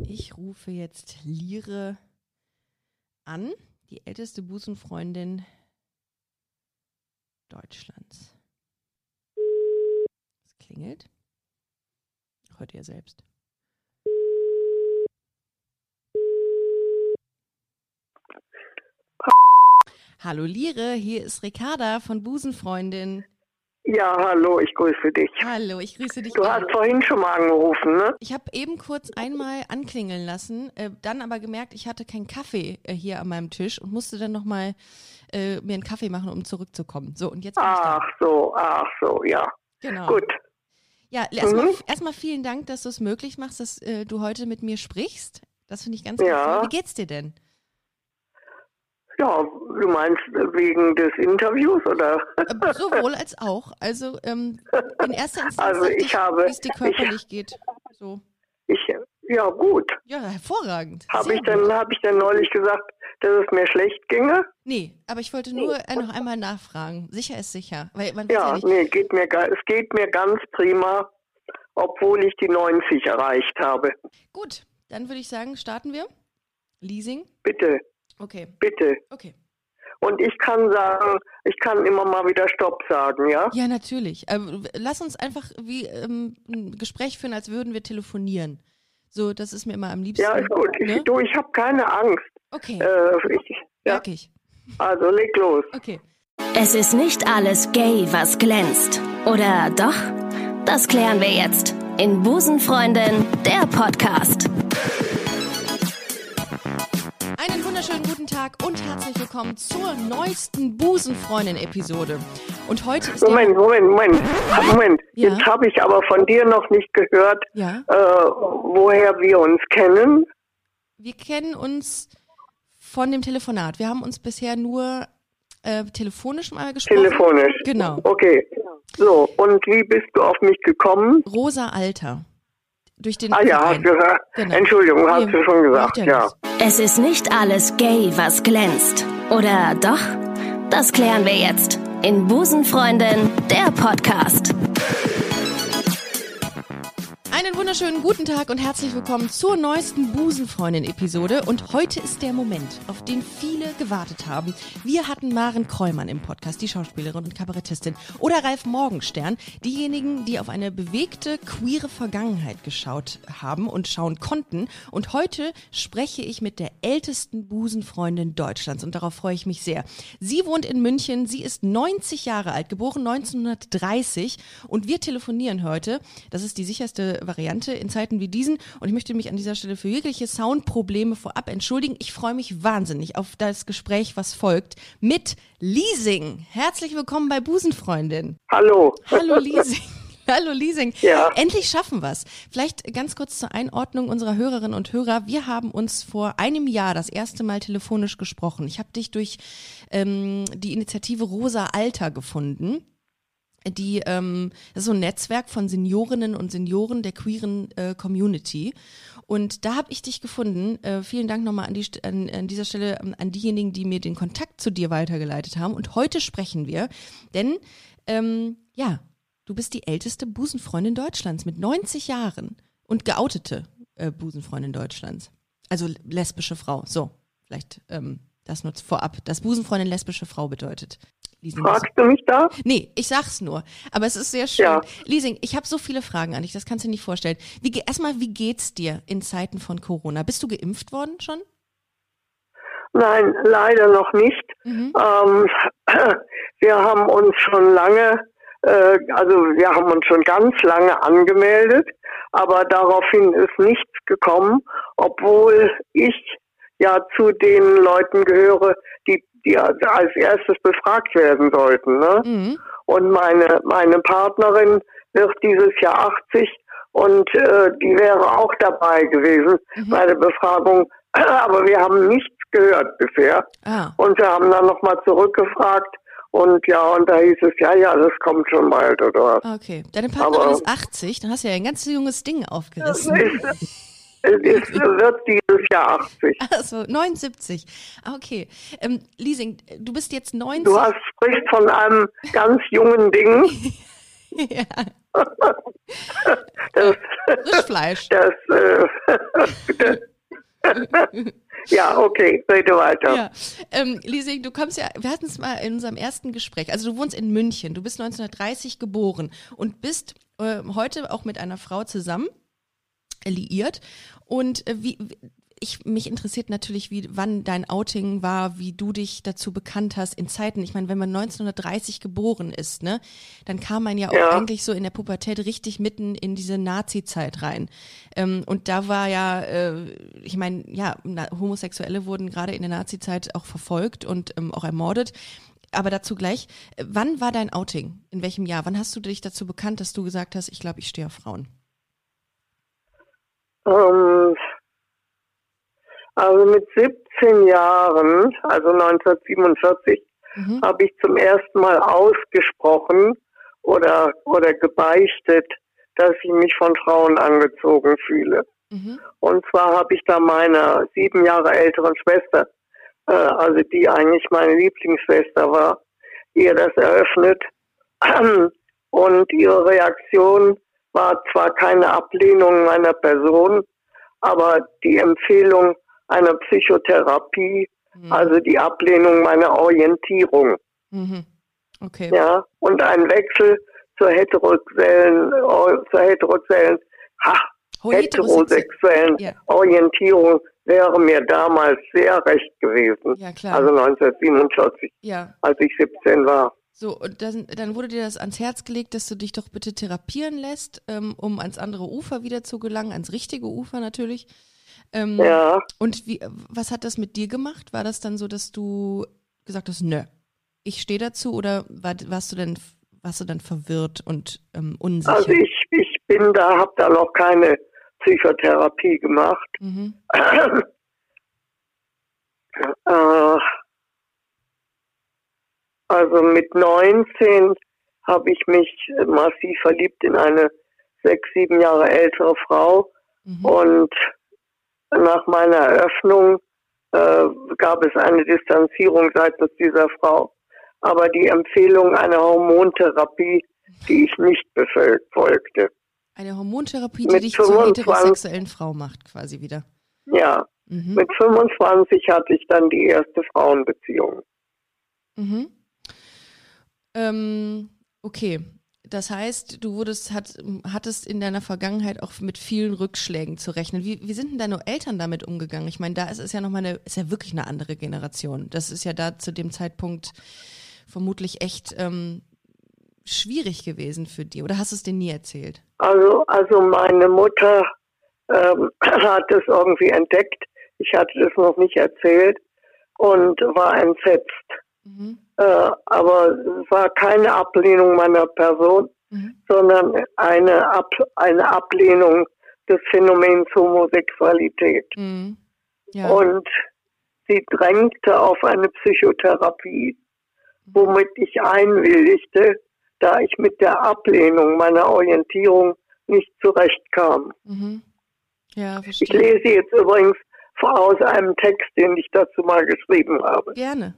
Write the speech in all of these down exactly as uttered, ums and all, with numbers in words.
Ich rufe jetzt Lire an, die älteste Busenfreundin Deutschlands. Es klingelt. Hört ihr selbst. Hallo Lire, hier ist Ricarda von Busenfreundin. Ja, hallo, ich grüße dich. Hallo, ich grüße dich. Du hast vorhin schon mal angerufen, ne? Ich habe eben kurz einmal anklingeln lassen, äh, dann aber gemerkt, ich hatte keinen Kaffee äh, hier an meinem Tisch und musste dann nochmal äh, mir einen Kaffee machen, um zurückzukommen. So, und jetzt bin ich da. Ach so, ach so, ja. Genau. Gut. Ja, erstmal Mhm. erstmal vielen Dank, dass du es möglich machst, dass äh, du heute mit mir sprichst. Das finde ich ganz Ja. toll. Wie geht's dir denn? Ja, du meinst wegen des Interviews, oder? Äh, sowohl als auch. Also ähm, in erster Instanz, Also dachte ich habe- wie es dir körperlich geht. So. Ich, ja, gut. Ja, hervorragend. Habe Sehr ich, dann- gut. hab ich dann neulich gesagt, dass es mir schlecht ginge? Nee, aber ich wollte nur äh, noch einmal nachfragen. Sicher ist sicher. Weil man weiß ja Ja, nicht. nee, geht mir, ga- es geht mir ganz prima, obwohl ich die neunzig erreicht habe. Gut, dann würde ich sagen, starten wir. Leasing. Bitte, Okay, bitte. okay. Und ich kann sagen, ich kann immer mal wieder Stopp sagen, ja? Ja, natürlich. Ähm, lass uns einfach wie ähm, ein Gespräch führen, als würden wir telefonieren. So, das ist mir immer am liebsten. Ja, ist gut. Ich, Ne? du, ich habe keine Angst. Okay, Äh, ich, ja, merk ich. also leg los. Okay. Es ist nicht alles gay, was glänzt. Oder doch? Das klären wir jetzt in Busenfreundin, der Podcast. Einen wunderschönen guten Tag und herzlich willkommen zur neuesten Busenfreundin-Episode. Und heute ist Moment, Moment, Moment. Moment. Ja. Jetzt habe ich aber von dir noch nicht gehört, Ja, äh, woher wir uns kennen. wir kennen uns von dem Telefonat. Wir haben uns bisher nur äh, telefonisch mal gesprochen. Telefonisch. Genau. Okay. So, und wie bist du auf mich gekommen? Rosa Alter. Durch den Ah ja, hast Verein. du gesagt. Genau. Entschuldigung, hast Nee, du schon gesagt. macht ja Ja. nichts. Es ist nicht alles gay, was glänzt. Oder doch? Das klären wir jetzt in Busenfreundin, der Podcast. Einen wunderschönen guten Tag und herzlich willkommen zur neuesten Busenfreundin-Episode. Und heute ist der Moment, auf den viele gewartet haben. Wir hatten Maren Kräumann im Podcast, die Schauspielerin und Kabarettistin. Oder Ralf Morgenstern, diejenigen, die auf eine bewegte, queere Vergangenheit geschaut haben und schauen konnten. Und heute spreche ich mit der ältesten Busenfreundin Deutschlands und darauf freue ich mich sehr. Sie wohnt in München, sie ist neunzig Jahre alt, geboren neunzehnhundertdreißig und wir telefonieren heute. Das ist die sicherste Variante in Zeiten wie diesen und ich möchte mich an dieser Stelle für jegliche Soundprobleme vorab entschuldigen. Ich freue mich wahnsinnig auf das Gespräch, was folgt, mit Leasing. Herzlich willkommen bei Busenfreundin. Hallo. Hallo Leasing. Hallo Leasing. Ja. Endlich schaffen wir's. Vielleicht ganz kurz zur Einordnung unserer Hörerinnen und Hörer. Wir haben uns vor einem Jahr das erste Mal telefonisch gesprochen. Ich habe dich durch ähm, die Initiative Rosa Alter gefunden. Die, ähm, das ist so ein Netzwerk von Seniorinnen und Senioren der queeren äh, Community. Und da habe ich dich gefunden. Äh, vielen Dank nochmal an, die, an, an dieser Stelle ähm, an diejenigen, die mir den Kontakt zu dir weitergeleitet haben. Und heute sprechen wir, denn ähm, ja, du bist die älteste Busenfreundin Deutschlands mit neunzig Jahren und geoutete äh, Busenfreundin Deutschlands. Also lesbische Frau. So, vielleicht ähm, das nur vorab, dass Busenfreundin lesbische Frau bedeutet. Leasing, Fragst du mich da? Nee, ich sag's nur. Aber es ist sehr schön. Ja. Leasing, ich habe so viele Fragen an dich, das kannst du dir nicht vorstellen. Wie, ge- erstmal, wie geht's dir in Zeiten von Corona? Bist du geimpft worden schon? Nein, leider noch nicht. Mhm. Ähm, wir haben uns schon lange, äh, also wir haben uns schon ganz lange angemeldet, aber daraufhin ist nichts gekommen, obwohl ich ja zu den Leuten gehöre, die, die als erstes befragt werden sollten. Ne? Mhm. Und meine, meine Partnerin wird dieses Jahr achtzig und äh, die wäre auch dabei gewesen Mhm. bei der Befragung, aber wir haben nichts gehört bisher. Ah, Und wir haben dann nochmal zurückgefragt und ja, und da hieß es, ja, ja, das kommt schon bald oder was. okay. Deine Partnerin Aber- ist achtzig, dann hast du ja ein ganz junges Ding Es, aufgerissen. ist, es ist, wird dieses Jahr achtzig. Also neunundsiebzig. Ah, okay. Ähm, Leasing, du bist jetzt neunzig. Du hast, sprichst von einem ganz jungen Ding. Ja, das, Frischfleisch. Das, äh, ja, okay, rede weiter. Ja. Ähm, Liesing, du kommst ja, wir hatten es mal in unserem ersten Gespräch, also du wohnst in München, du bist neunzehnhundertdreißig geboren und bist äh, heute auch mit einer Frau zusammen, liiert. Und äh, wie, ich, mich interessiert natürlich, wie, wann dein Outing war, wie du dich dazu bekannt hast in Zeiten. Ich meine, wenn man neunzehnhundertdreißig geboren ist, ne, dann kam man ja auch ja. eigentlich so in der Pubertät richtig mitten in diese Nazi-Zeit rein. Ähm, und da war ja, äh, ich meine, ja, na, Homosexuelle wurden gerade in der Nazi-Zeit auch verfolgt und ähm, auch ermordet. Aber dazu gleich, wann war dein Outing? In welchem Jahr? Wann hast du dich dazu bekannt, dass du gesagt hast, ich glaube, ich stehe auf Frauen? Ähm, also mit siebzehn Jahren, also neunzehnhundertsiebenundvierzig, mhm. habe ich zum ersten Mal ausgesprochen oder, oder gebeichtet, dass ich mich von Frauen angezogen fühle. Mhm. Und zwar habe ich da meiner sieben Jahre älteren Schwester, äh, also die eigentlich meine Lieblingsschwester war, ihr das eröffnet. Und ihre Reaktion war zwar keine Ablehnung meiner Person, aber die Empfehlung einer Psychotherapie, mhm. also die Ablehnung meiner Orientierung. Mhm. Okay. Ja, und ein Wechsel zur heterosexuellen, zur heterosexuellen, ha, heterosexuellen ja. Orientierung wäre mir damals sehr recht gewesen. Ja, klar. Also neunzehnhundertsiebenundvierzig, ja. als ich siebzehn war. So, und dann, dann wurde dir das ans Herz gelegt, dass du dich doch bitte therapieren lässt, ähm, um ans andere Ufer wieder zu gelangen, ans richtige Ufer natürlich. Ähm, ja. Und wie, was hat das mit dir gemacht? War das dann so, dass du gesagt hast, nö, ich stehe dazu, oder war, warst du denn, warst du dann verwirrt und ähm, unsicher? Also ich, ich bin da, habe da noch keine Psychotherapie gemacht. Mhm. äh, Also mit neunzehn habe ich mich massiv verliebt in eine sechs, sieben Jahre ältere Frau. Mhm. Und nach meiner Eröffnung äh, gab es eine Distanzierung seitens dieser Frau. Aber die Empfehlung einer Hormontherapie, die ich nicht befolgte. Eine Hormontherapie, die mit dich zur heterosexuellen Frau macht, quasi wieder. Ja, mhm. Mit fünfundzwanzig hatte ich dann die erste Frauenbeziehung. Mhm. Ähm, okay, das heißt, du wurdest, hat, hattest in deiner Vergangenheit auch mit vielen Rückschlägen zu rechnen. Wie, wie sind denn deine Eltern damit umgegangen? Ich meine, da ist es ja nochmal eine, ist ja wirklich eine andere Generation. Das ist ja da zu dem Zeitpunkt vermutlich echt ähm, schwierig gewesen für die. Oder hast du es denen nie erzählt? Also, also meine Mutter ähm, hat es irgendwie entdeckt. Ich hatte es noch nicht erzählt und war entsetzt. Mhm. Äh, aber es war keine Ablehnung meiner Person, mhm. sondern eine, Ab eine Ablehnung des Phänomens Homosexualität. Mhm. Ja. Und sie drängte auf eine Psychotherapie, womit ich einwilligte, da ich mit der Ablehnung meiner Orientierung nicht zurechtkam. Mhm. Ja, verstehe. Ich lese jetzt übrigens aus einem Text, den ich dazu mal geschrieben habe. Gerne.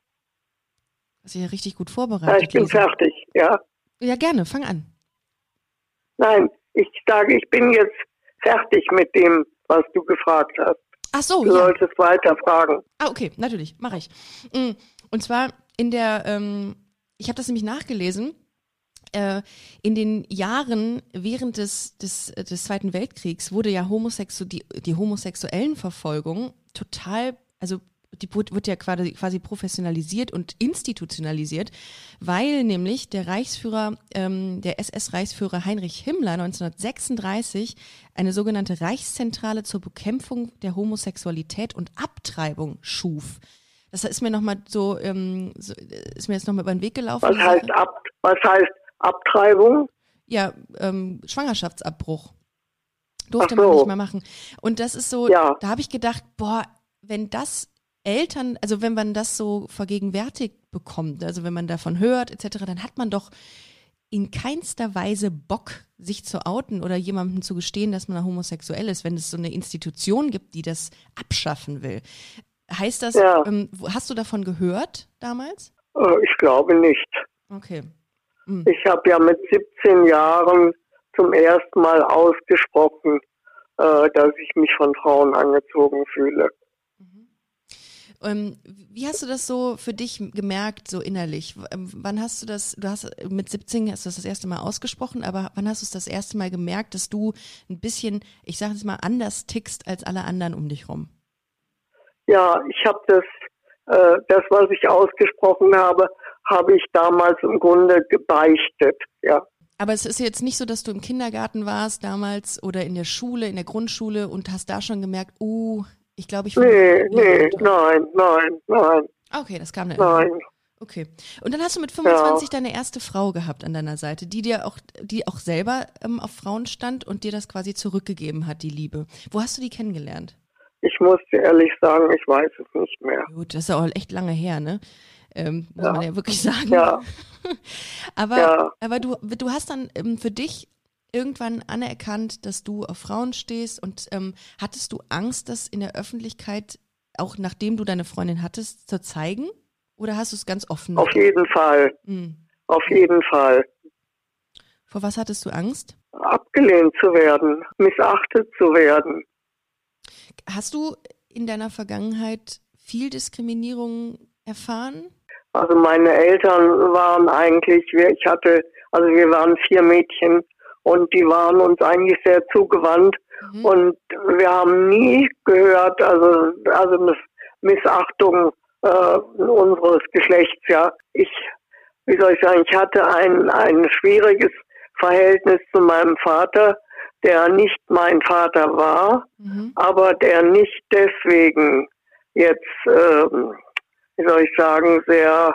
Das ist ja richtig gut vorbereitet. Ja, ich bin Lisa. fertig, ja. Ja, gerne, fang an. Nein, ich sage, ich bin jetzt fertig mit dem, was du gefragt hast. Ach so, du ja. solltest weiter fragen. Ah, okay, natürlich, mache ich. Und zwar in der, ähm, ich habe das nämlich nachgelesen, äh, in den Jahren während des, des, des Zweiten Weltkriegs wurde ja Homosexu die, die homosexuellen Verfolgung total, also die wird ja quasi, quasi professionalisiert und institutionalisiert, weil nämlich der Reichsführer, ähm, der S S-Reichsführer Heinrich Himmler neunzehnhundertsechsunddreißig eine sogenannte Reichszentrale zur Bekämpfung der Homosexualität und Abtreibung schuf. Das ist mir nochmal so, ähm, so, ist mir jetzt nochmal über den Weg gelaufen. Was heißt, Ab, was heißt Abtreibung? Ja, ähm, Schwangerschaftsabbruch. Durfte Ach so. man nicht mehr machen. Und das ist so, ja. Da habe ich gedacht, boah, wenn das Eltern, also wenn man das so vergegenwärtigt bekommt, also wenn man davon hört et cetera, dann hat man doch in keinster Weise Bock, sich zu outen oder jemandem zu gestehen, dass man homosexuell ist, wenn es so eine Institution gibt, die das abschaffen will. Heißt das, ja. ähm, hast du davon gehört damals? Ich glaube nicht. Okay. Mhm. Ich habe ja mit siebzehn Jahren zum ersten Mal ausgesprochen, äh, dass ich mich von Frauen angezogen fühle. Mhm. Ähm, wie hast du das so für dich gemerkt, so innerlich? Ähm, wann hast du das, du hast mit siebzehn hast du das das erste Mal ausgesprochen, aber wann hast du es das erste Mal gemerkt, dass du ein bisschen, ich sage es mal, anders tickst als alle anderen um dich rum? Ja, ich habe das, äh, das, was ich ausgesprochen habe, habe ich damals im Grunde gebeichtet, ja. Aber es ist jetzt nicht so, dass du im Kindergarten warst damals oder in der Schule, in der Grundschule und hast da schon gemerkt, uh, ich glaube, ich... Nee, nee, nein, nein, nein. Okay, das kam dann. Nein. Irgendwann. Okay. Und dann hast du mit fünfundzwanzig Ja. deine erste Frau gehabt an deiner Seite, die dir auch, die auch selber ähm, auf Frauen stand und dir das quasi zurückgegeben hat, die Liebe. Wo hast du die kennengelernt? Ich muss dir ehrlich sagen, ich weiß es nicht mehr. Gut, das ist auch echt lange her, ne? Ähm, muss Ja. man ja wirklich sagen. Ja. aber Ja. aber du, du hast dann ähm, für dich irgendwann anerkannt, dass du auf Frauen stehst und ähm, hattest du Angst, das in der Öffentlichkeit, auch nachdem du deine Freundin hattest, zu zeigen? Oder hast du es ganz offen? Auf jeden Fall. Hm. Auf jeden Fall. Vor was hattest du Angst? Abgelehnt zu werden, missachtet zu werden. Hast du in deiner Vergangenheit viel Diskriminierung erfahren? Also meine Eltern waren eigentlich, ich hatte, also wir waren vier Mädchen und die waren uns eigentlich sehr zugewandt mhm. und wir haben nie gehört, also, also Missachtung äh, unseres Geschlechts, ja. Ich, wie soll ich sagen, ich hatte ein, ein schwieriges Verhältnis zu meinem Vater, der nicht mein Vater war, mhm. aber der nicht deswegen jetzt, ähm, wie soll ich sagen, sehr,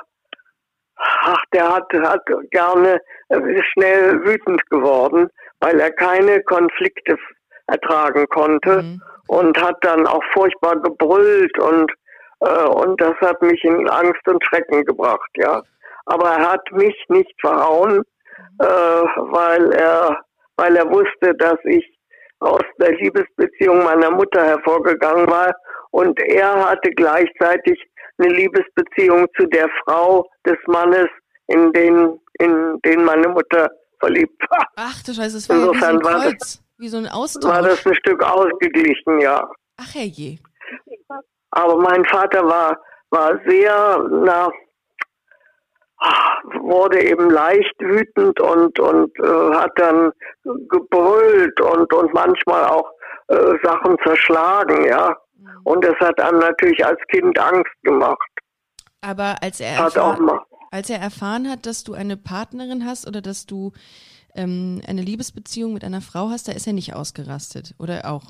ach, der hat, hat gerne, äh, schnell wütend geworden, weil er keine Konflikte ertragen konnte mhm. und hat dann auch furchtbar gebrüllt und, äh, und das hat mich in Angst und Schrecken gebracht, ja. Aber er hat mich nicht verhauen, mhm. äh, weil er, weil er wusste, dass ich aus der Liebesbeziehung meiner Mutter hervorgegangen war und er hatte gleichzeitig eine Liebesbeziehung zu der Frau des Mannes, in den, in den meine Mutter verliebt war. Ach du Scheiße, das war ja wie so ein Kreuz, das, wie so ein Austausch. War das ein Stück ausgeglichen, ja. Ach herrje. Aber mein Vater war, war sehr, na, wurde eben leicht wütend und, und äh, hat dann gebrüllt und, und manchmal auch äh, Sachen zerschlagen, ja. Und das hat einem natürlich als Kind Angst gemacht. Aber als er, erfahren, als er erfahren hat, dass du eine Partnerin hast oder dass du ähm, eine Liebesbeziehung mit einer Frau hast, da ist er nicht ausgerastet, oder auch?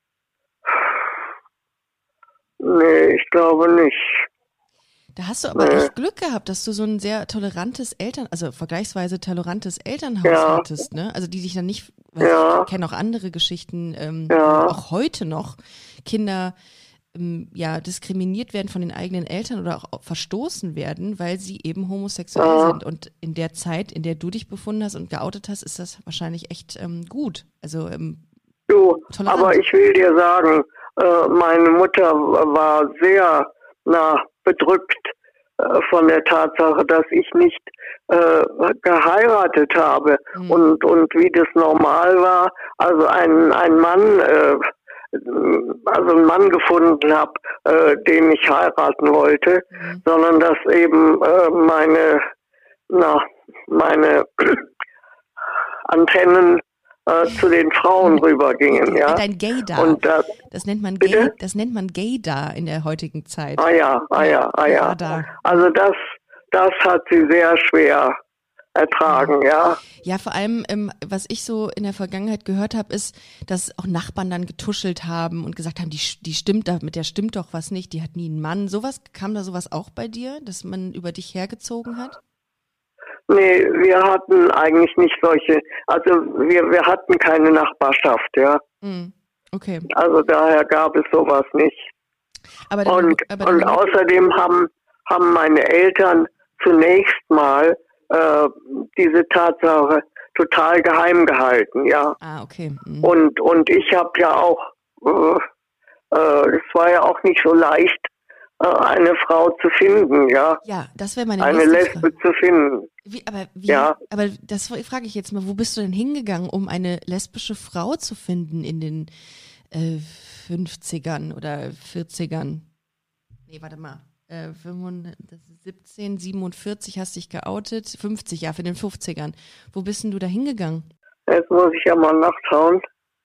Nee, ich glaube nicht. Da hast du aber nee. echt Glück gehabt, dass du so ein sehr tolerantes Eltern, also vergleichsweise tolerantes Elternhaus ja. hattest, ne? Also die dich dann nicht, weil ja. ich kenne auch andere Geschichten, ähm, ja. auch heute noch Kinder ähm, ja diskriminiert werden von den eigenen Eltern oder auch verstoßen werden, weil sie eben homosexuell ja. sind. Und in der Zeit, in der du dich befunden hast und geoutet hast, ist das wahrscheinlich echt ähm, gut. Also ähm, du, aber ich will dir sagen, äh, meine Mutter war sehr na bedrückt äh, von der Tatsache, dass ich nicht äh, geheiratet habe mhm. und und wie das normal war, also ein ein Mann, äh, also einen Mann gefunden habe, äh, den ich heiraten wollte, mhm. sondern dass eben äh, meine na meine Antennen Äh, zu den Frauen rübergingen, ja. Dein Gaydar. Und das, das nennt man Gay, das nennt man Gaydar in der heutigen Zeit. Ah ja, ah ja, ah ja. ja. Also das, das hat sie sehr schwer ertragen, ja. Ja, vor allem, ähm, was ich so in der Vergangenheit gehört habe, ist, dass auch Nachbarn dann getuschelt haben und gesagt haben, die, die stimmt da, mit der stimmt doch was nicht, die hat nie einen Mann. Sowas, kam da sowas auch bei dir, dass man über dich hergezogen hat? Nee, wir hatten eigentlich nicht solche, also wir, wir hatten keine Nachbarschaft, ja. Okay. Also daher gab es sowas nicht. Aber dann, und aber und außerdem haben, haben meine Eltern zunächst mal äh, diese Tatsache total geheim gehalten, ja. Ah, okay. Mhm. Und, und ich habe ja auch, äh, äh, es war ja auch nicht so leicht, eine Frau zu finden, ja. Ja, das wäre meine Eine nächste Lesbe Frage. zu finden. Wie, aber wie, Ja. aber das frage ich jetzt mal, wo bist du denn hingegangen, um eine lesbische Frau zu finden in den äh, fünfzigern oder vierzigern? Nee, warte mal. Äh, siebzehn, siebenundvierzig hast dich geoutet, fünfzig, ja, für den fünfzigern. Wo bist denn du da hingegangen? Jetzt muss ich ja mal nachschauen.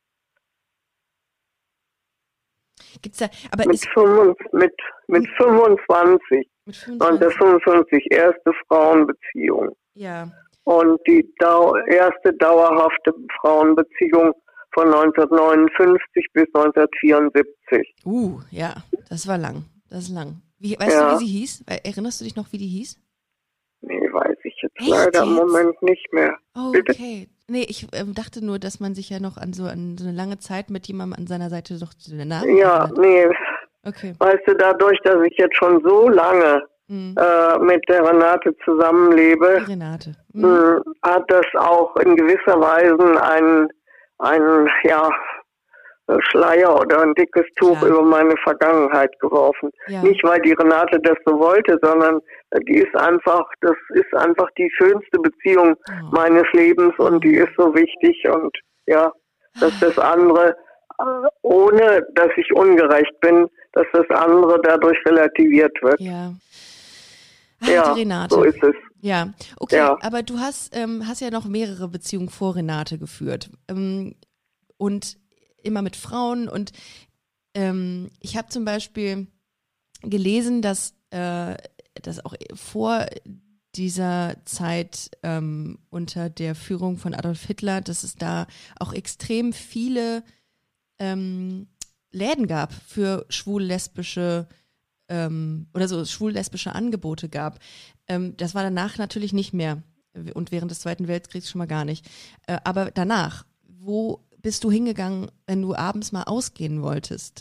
Gibt's da, aber Mit, ist, fünfundzwanzig, mit, mit fünfundzwanzig, mit fünfundzwanzig, neunzehnhundertfünfundfünfzig, erste Frauenbeziehung. ja, Und die Dau- erste dauerhafte Frauenbeziehung von neunzehnhundertneunundfünfzig bis neunzehnhundertvierundsiebzig. uh, ja, das war lang, das ist lang. Wie, weißt Ja. du, wie sie hieß? Erinnerst du dich noch, wie die hieß? Nee, weiß ich jetzt Echt leider im jetzt? Moment nicht mehr. Oh, Bitte? okay. Nee, ich ähm, dachte nur, dass man sich ja noch an so, an so eine lange Zeit mit jemandem an seiner Seite doch den Namen Ja, erinnert. nee, Okay. weißt du, dadurch, dass ich jetzt schon so lange Mhm. äh, mit der Renate Die zusammenlebe, Renate. Mhm. mh, hat das auch in gewisser Weise einen, einen ja, Schleier oder ein dickes Tuch Klar. über meine Vergangenheit geworfen. Ja. Nicht, weil die Renate das so wollte, sondern die ist einfach, das ist einfach die schönste Beziehung Oh. meines Lebens und die ist so wichtig und ja, dass das andere, äh, ohne dass ich ungerecht bin, dass das andere dadurch relativiert wird. Ja. Ah, Ja, die Renate. so ist es. Ja, okay, Ja. aber du hast, ähm, hast ja noch mehrere Beziehungen vor Renate geführt. Ähm, und immer mit Frauen. Und ähm, ich habe zum Beispiel gelesen, dass, äh, dass auch vor dieser Zeit ähm, unter der Führung von Adolf Hitler, dass es da auch extrem viele ähm, Läden gab für schwul-lesbische ähm, oder so schwul-lesbische Angebote gab. Ähm, das war danach natürlich nicht mehr und während des Zweiten Weltkriegs schon mal gar nicht. Äh, aber danach, wo bist du hingegangen, wenn du abends mal ausgehen wolltest?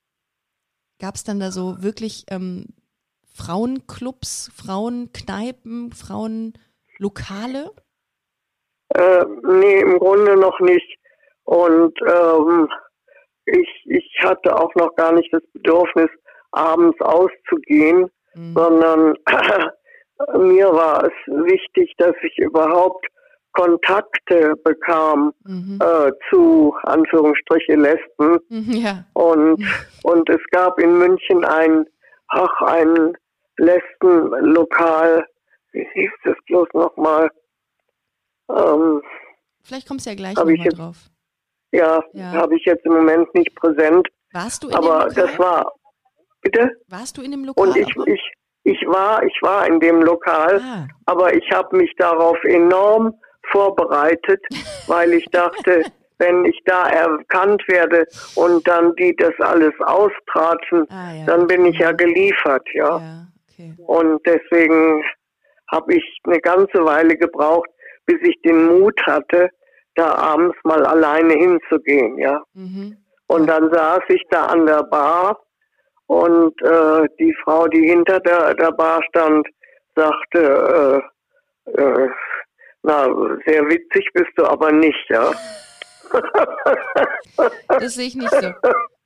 Gab es dann da so wirklich ähm, Frauenclubs, Frauenkneipen, Frauenlokale? Äh, nee, im Grunde noch nicht. Und ähm, ich, ich hatte auch noch gar nicht das Bedürfnis, abends auszugehen, Mhm. sondern mir war es wichtig, dass ich überhaupt Kontakte bekam Mhm. äh, zu, Anführungsstriche, Lesben. Mhm, ja. Und, und es gab in München ein, ach, ein Lesbenlokal, wie hieß das bloß nochmal? Ähm, Vielleicht kommst du ja gleich Hab ich nochmal jetzt- drauf. ja, Ja. habe ich jetzt im Moment nicht präsent, Warst du in aber dem Lokal? das war, bitte? Warst du in dem Lokal? Und ich, auch? ich, ich war, ich war in dem Lokal, Ah, aber ich habe mich darauf enorm vorbereitet, weil ich dachte, wenn ich da erkannt werde und dann die das alles austratschen, ah ja. dann bin ich ja geliefert, ja. Ja, okay. Und deswegen habe ich eine ganze Weile gebraucht, bis ich den Mut hatte, da abends mal alleine hinzugehen, ja. Mhm. Und dann saß ich da an der Bar und äh, die Frau, die hinter der, der Bar stand, sagte, äh, äh, na, sehr witzig bist du aber nicht, ja. Das sehe ich nicht so.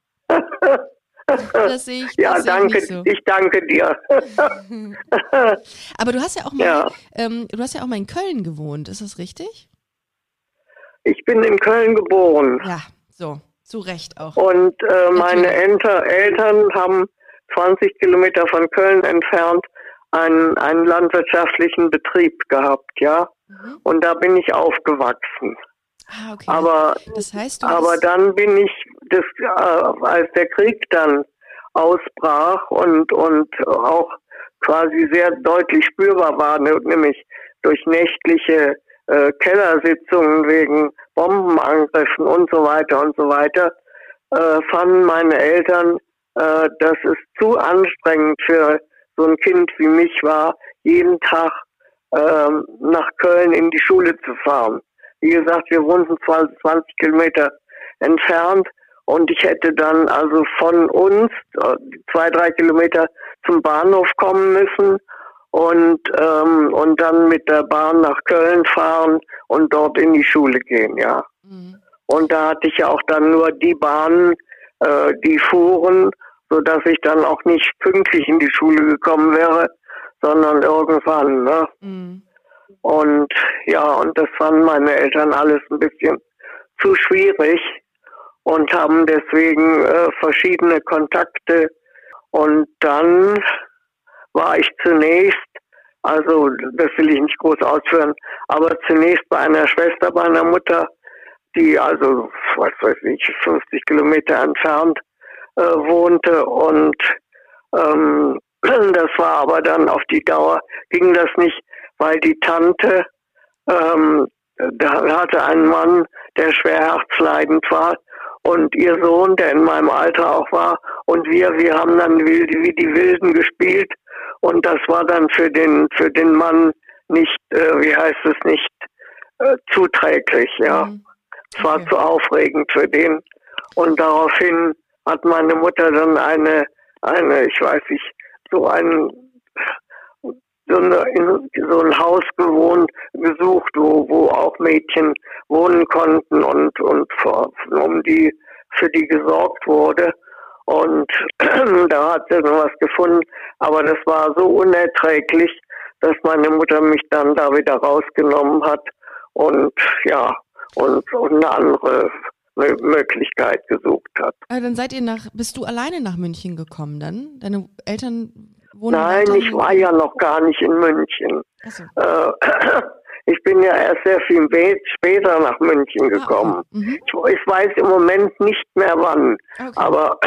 Das sehe ich, das Ja, sehe ich danke, nicht so. ich danke dir. Aber du hast ja auch mal, Ja. ähm, du hast ja auch mal in Köln gewohnt, ist das richtig? Ich bin in Köln geboren. Ja, so, zu Recht auch. Und äh, meine Natürlich. Enter Eltern haben zwanzig Kilometer von Köln entfernt einen, einen landwirtschaftlichen Betrieb gehabt, ja. Mhm. Und da bin ich aufgewachsen. Ah, okay. Aber, das heißt, du aber hast, dann bin ich, das, äh, als der Krieg dann ausbrach und, und auch quasi sehr deutlich spürbar war, ne, nämlich durch nächtliche äh, Kellersitzungen wegen Bombenangriffen und so weiter und so weiter, äh, fanden meine Eltern, äh, dass es zu anstrengend für so ein Kind wie mich war, jeden Tag ähm, nach Köln in die Schule zu fahren. Wie gesagt, wir wohnten zwanzig Kilometer entfernt und ich hätte dann also von uns äh, zwei, drei Kilometer zum Bahnhof kommen müssen und ähm, und dann mit der Bahn nach Köln fahren und dort in die Schule gehen, ja. Mhm. Und da hatte ich ja auch dann nur die Bahnen, äh, die fuhren sodass ich dann auch nicht pünktlich in die Schule gekommen wäre, sondern irgendwann. Ne? Mhm. Und ja, und das fanden meine Eltern alles ein bisschen zu schwierig und haben deswegen äh, verschiedene Kontakte. Und dann war ich zunächst, also das will ich nicht groß ausführen, aber zunächst bei einer Schwester meiner Mutter, die also, was weiß ich, fünfzig Kilometer entfernt äh, wohnte. Und ähm, das war aber dann auf die Dauer, ging das nicht, weil die Tante ähm, da hatte einen Mann, der schwer herzleidend war, und ihr Sohn, der in meinem Alter auch war, und wir, wir haben dann wie, wie die Wilden gespielt, und das war dann für den für den Mann nicht, äh, wie heißt es, nicht äh, zuträglich, ja. Mhm. Es war Okay. zu aufregend für den, und daraufhin hat meine Mutter dann eine, eine, ich weiß nicht, so ein so, eine, in, so ein Haus gewohnt, gesucht, wo, wo auch Mädchen wohnen konnten und, und für, um die, für die gesorgt wurde. Und da hat sie dann was gefunden, aber das war so unerträglich, dass meine Mutter mich dann da wieder rausgenommen hat und ja, und, und eine andere Möglichkeit gesucht hat. Also dann seid ihr nach, bist du alleine nach München gekommen dann? Deine Eltern wohnen Nein, weiter ich in- war ja noch gar nicht in München. Ach so. Äh, ich bin ja erst sehr viel spät- später nach München gekommen. Ah, okay. Mhm. Ich, ich weiß im Moment nicht mehr wann, Okay. aber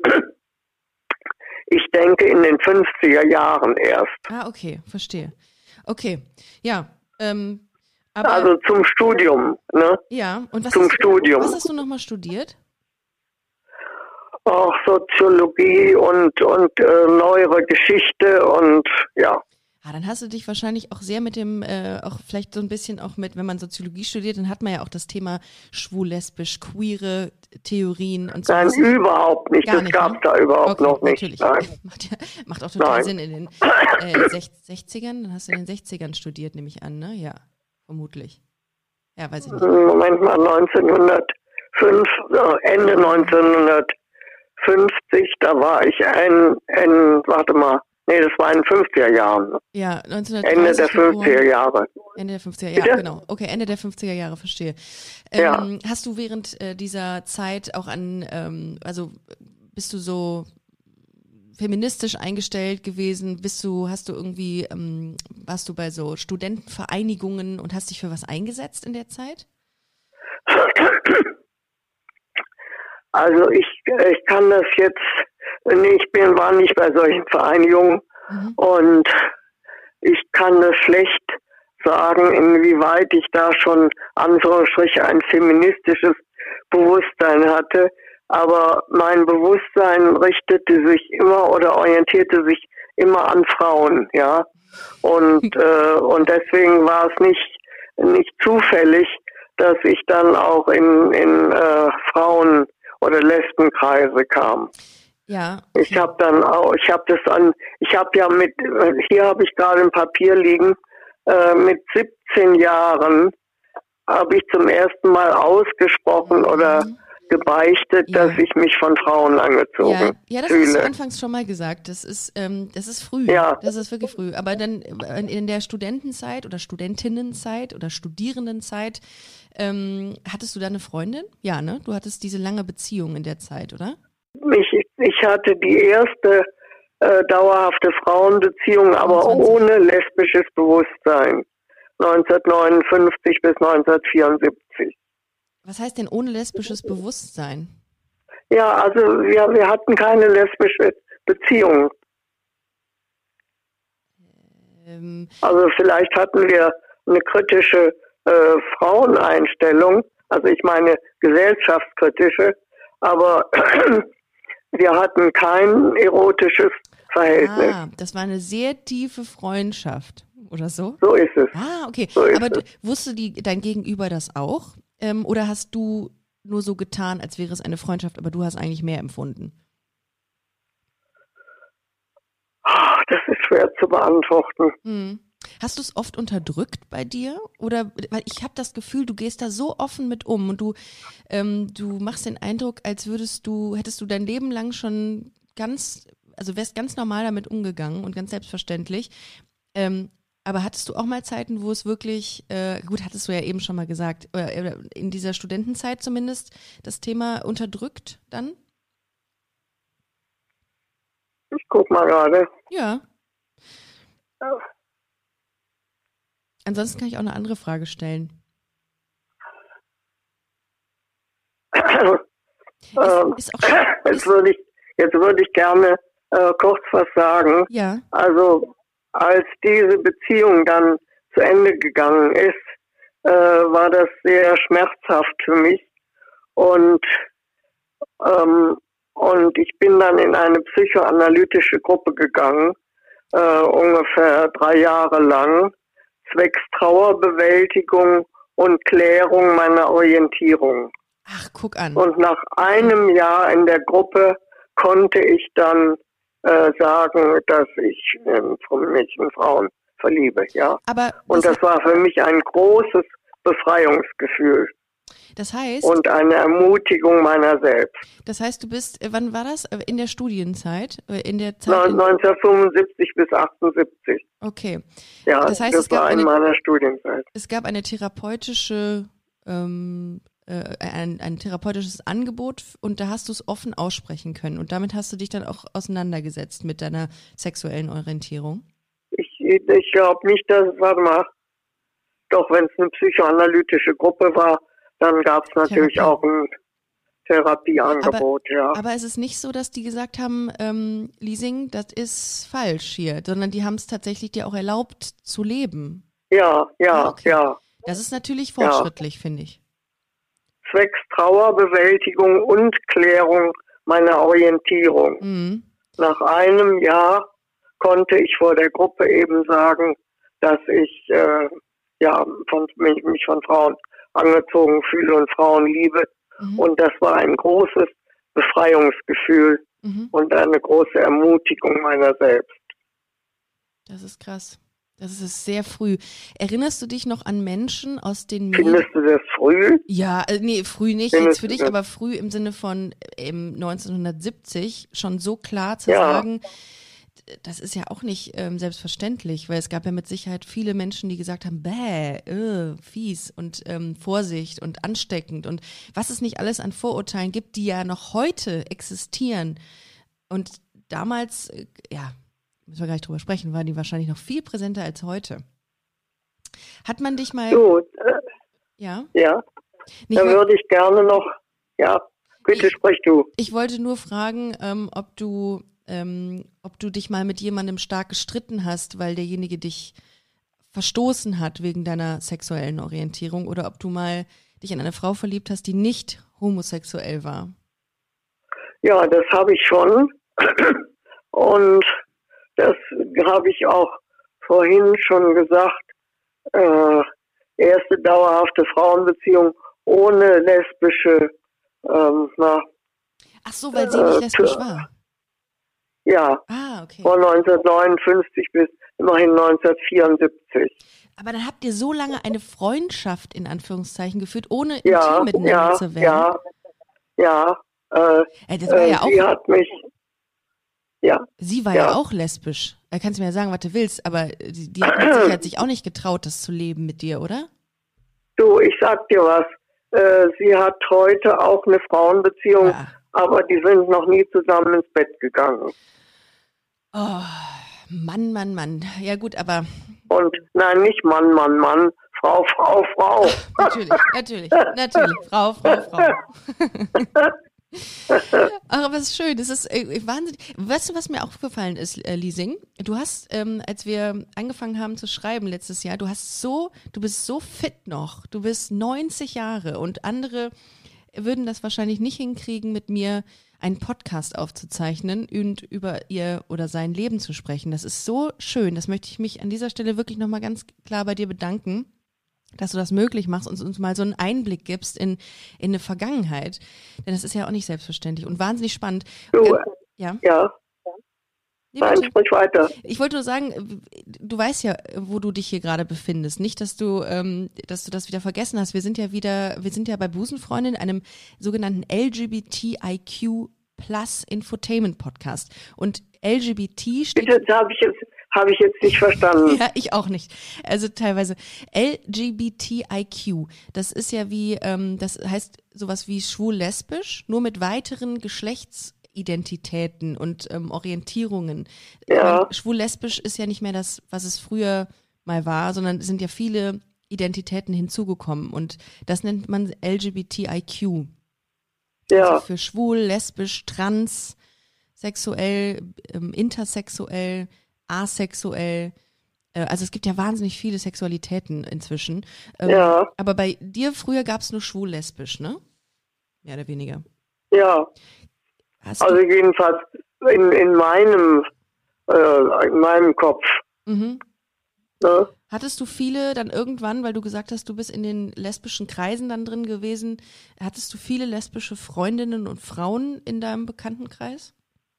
ich denke in den fünfziger Jahren erst. Ah, okay, verstehe. Okay, ja. Ähm, aber Also zum Studium, ne? ja, und was zum hast, Studium. was hast du nochmal studiert? Auch Soziologie und, und äh, neuere Geschichte und ja. Ah, dann hast du dich wahrscheinlich auch sehr mit dem, äh, auch vielleicht so ein bisschen auch mit, wenn man Soziologie studiert, dann hat man ja auch das Thema schwul, lesbisch, queere Theorien und so. Nein, Hast du- überhaupt nicht. Gar Das nicht, gab ne? da überhaupt Okay, noch nicht. natürlich. Nein. Macht, ja, macht auch total Nein. Sinn in den äh, sech- sechzigern. Dann hast du in den sechzigern studiert, nehme ich an, ne? Ja, vermutlich. Ja, weiß ich nicht. Moment mal, neunzehnhundertfünf, äh, Ende neunzehnhundertfünfzig, da war ich ein, ein, warte mal, nee, das war in den fünfziger Jahren. Ja, Ende neunzehnhundertdreißig der fünfziger geboren. Jahre. Ende der fünfziger Jahre, Bitte? genau. Okay, Ende der fünfziger Jahre, verstehe. Ähm, Ja. Hast du während äh, dieser Zeit auch an, ähm, also bist du so feministisch eingestellt gewesen? Bist du, hast du irgendwie, ähm, warst du bei so Studentenvereinigungen und hast dich für was eingesetzt in der Zeit? Also ich, ich kann das jetzt, nee, ich bin, war nicht bei solchen Vereinigungen Mhm. und ich kann das schlecht sagen, inwieweit ich da schon Anführungsstrich ein feministisches Bewusstsein hatte. Aber mein Bewusstsein richtete sich immer oder orientierte sich immer an Frauen, ja. Und, äh, und deswegen war es nicht, nicht zufällig, dass ich dann auch in, in äh, Frauen- oder Lesbenkreise kam. Ja. Ich habe dann auch, ich habe das an, ich habe ja mit, hier habe ich gerade ein Papier liegen, äh, mit siebzehn Jahren habe ich zum ersten Mal ausgesprochen oder gebeichtet, Ja. dass ich mich von Frauen angezogen Ja, ja, das hast du fühle. anfangs schon mal gesagt. Das ist, ähm, das ist früh. Ja. Das ist wirklich früh. Aber dann in in der Studentenzeit oder Studentinnenzeit oder Studierendenzeit, ähm, hattest du da eine Freundin? Ja, ne? Du hattest diese lange Beziehung in der Zeit, oder? Ich, ich hatte die erste äh, dauerhafte Frauenbeziehung, aber fünfundzwanzig. ohne lesbisches Bewusstsein. neunzehnhundertneunundfünfzig bis neunzehnhundertvierundsiebzig. Was heißt denn ohne lesbisches Bewusstsein? Ja, also wir, wir hatten keine lesbische Beziehung. Ähm, Also vielleicht hatten wir eine kritische äh, Fraueneinstellung, also ich meine gesellschaftskritische, aber wir hatten kein erotisches Verhältnis. ah, das war eine sehr tiefe Freundschaft oder so? So ist es. Ah, okay. So ist Aber du, es. wusste die, dein Gegenüber das auch? Ähm, oder hast du nur so getan, als wäre es eine Freundschaft, aber du hast eigentlich mehr empfunden? Ah, das ist schwer zu beantworten. Hm. Hast du es oft unterdrückt bei dir? Oder, weil ich habe das Gefühl, du gehst da so offen mit um und du, ähm, du machst den Eindruck, als würdest du, hättest du dein Leben lang schon ganz, also wärst ganz normal damit umgegangen und ganz selbstverständlich. Ähm, aber hattest du auch mal Zeiten, wo es wirklich, äh, gut, hattest du ja eben schon mal gesagt, äh, in dieser Studentenzeit zumindest das Thema unterdrückt dann? Ich guck mal gerade. Ja. Ansonsten kann ich auch eine andere Frage stellen. ähm, ist, ist auch schon, jetzt würde ich, jetzt würde ich gerne äh, kurz was sagen. Ja. Also als diese Beziehung dann zu Ende gegangen ist, äh, war das sehr schmerzhaft für mich und ähm, und ich bin dann in eine psychoanalytische Gruppe gegangen, äh, ungefähr drei Jahre lang, zwecks Trauerbewältigung und Klärung meiner Orientierung. Ach, guck an. Und nach einem Jahr in der Gruppe konnte ich dann äh, sagen, dass ich äh, mich in Frauen verliebe, ja. Aber und das war für mich ein großes Befreiungsgefühl. Das heißt? Und eine Ermutigung meiner selbst. Das heißt, du bist, wann war das? In der Studienzeit? In der Zeit? neunzehnhundertfünfundsiebzig bis achtundsiebzig. Okay. Ja, das heißt, das es gab war in eine, meiner Studienzeit. Es gab eine therapeutische, ähm, äh, ein, ein therapeutisches Angebot und da hast du es offen aussprechen können und damit hast du dich dann auch auseinandergesetzt mit deiner sexuellen Orientierung? Ich, ich glaube nicht, dass, warte mal, doch wenn es eine psychoanalytische Gruppe war, dann gab es natürlich Therapie. auch ein Therapieangebot, aber, ja. Aber es ist nicht so, dass die gesagt haben, ähm, Liesing, das ist falsch hier, sondern die haben es tatsächlich dir auch erlaubt zu leben. Ja, ja, ah, okay. ja. Das ist natürlich fortschrittlich, ja. finde ich. Zwecks Trauerbewältigung und Klärung meiner Orientierung. Mhm. Nach einem Jahr konnte ich vor der Gruppe eben sagen, dass ich äh, ja von, mich, mich von Frauen angezogen fühle und Frauen liebe. Mhm. Und das war ein großes Befreiungsgefühl mhm. und eine große Ermutigung meiner selbst. Das ist krass. Das ist sehr früh. Erinnerst du dich noch an Menschen aus den Medien? Findest du das früh? Ja, äh, nee, früh nicht Findest jetzt für dich, aber früh im Sinne von ähm, neunzehnhundertsiebzig schon so klar zu ja. sagen, das ist ja auch nicht ähm, selbstverständlich, weil es gab ja mit Sicherheit viele Menschen, die gesagt haben, bäh, äh, fies und ähm, Vorsicht und ansteckend und was es nicht alles an Vorurteilen gibt, die ja noch heute existieren. Und damals, äh, ja, müssen wir gar nicht drüber sprechen, waren die wahrscheinlich noch viel präsenter als heute. Hat man dich mal... So, äh, ja? Ja, nicht da mal, würde ich gerne noch, ja, bitte ich, sprich du. Ich wollte nur fragen, ähm, ob du... Ähm, ob du dich mal mit jemandem stark gestritten hast, weil derjenige dich verstoßen hat wegen deiner sexuellen Orientierung oder ob du mal dich in eine Frau verliebt hast, die nicht homosexuell war. Ja, das habe ich schon und das habe ich auch vorhin schon gesagt, äh, erste dauerhafte Frauenbeziehung ohne lesbische, ähm, na, Ach so, weil sie nicht lesbisch äh, war. Ja, ah, okay. Von neunzehnhundertneunundfünfzig bis immerhin neunzehnhundertvierundsiebzig. Aber dann habt ihr so lange eine Freundschaft in Anführungszeichen geführt, ohne intim ja, miteinander ja, zu werden? Ja, ja. Äh, äh, das war ja auch, sie hat mich, ja. Sie war ja, ja auch lesbisch. Da kannst du mir ja sagen, was du willst, aber die, die hat mit Sicherheit sich auch nicht getraut, das zu leben mit dir, oder? Du, ich sag dir was. Äh, sie hat heute auch eine Frauenbeziehung, ja. aber die sind noch nie zusammen ins Bett gegangen. Oh, Mann, Mann, Mann. Ja gut, aber... Und nein, nicht Mann, Mann, Mann. Frau, Frau, Frau. natürlich, natürlich, natürlich. Frau, Frau, Frau. Ach, aber es ist schön. Das ist äh, wahnsinnig. Weißt du, was mir auch aufgefallen ist, äh, Liesing? Du hast, ähm, als wir angefangen haben zu schreiben letztes Jahr, du hast so, du bist so fit noch. Du bist neunzig Jahre und andere würden das wahrscheinlich nicht hinkriegen, mit mir einen Podcast aufzuzeichnen und über ihr oder sein Leben zu sprechen. Das ist so schön. Das möchte ich mich an dieser Stelle wirklich nochmal ganz klar bei dir bedanken, dass du das möglich machst und uns mal so einen Einblick gibst in, in eine Vergangenheit. Denn das ist ja auch nicht selbstverständlich und wahnsinnig spannend. Du, äh, ja. ja. Nee, Nein, sprich weiter. Ich wollte nur sagen, du weißt ja, wo du dich hier gerade befindest. Nicht, dass du, ähm, dass du das wieder vergessen hast. Wir sind ja wieder, wir sind ja bei Busenfreundin, einem sogenannten L G B T I Q Plus Infotainment Podcast. Und L G B T steht... Bitte, das habe ich jetzt, habe ich jetzt nicht verstanden. Ja, ich auch nicht. Also teilweise L G B T I Q, das ist ja wie, ähm, das heißt sowas wie schwul-lesbisch, nur mit weiteren Geschlechtsidentitäten und ähm, Orientierungen. Ja. Man, schwul-lesbisch ist ja nicht mehr das, was es früher mal war, sondern es sind ja viele Identitäten hinzugekommen und das nennt man L G B T I Q. Ja. Also für schwul, lesbisch, trans, sexuell, ähm, intersexuell, asexuell. Äh, also es gibt ja wahnsinnig viele Sexualitäten inzwischen. Ähm, Ja. Aber bei dir früher gab es nur schwul-lesbisch, ne? Mehr oder weniger. Ja. Hast Also du, jedenfalls in, in meinem äh, in meinem Kopf. mhm. Ne? Hattest du viele dann irgendwann, weil du gesagt hast, du bist in den lesbischen Kreisen dann drin gewesen, hattest du viele lesbische Freundinnen und Frauen in deinem Bekanntenkreis?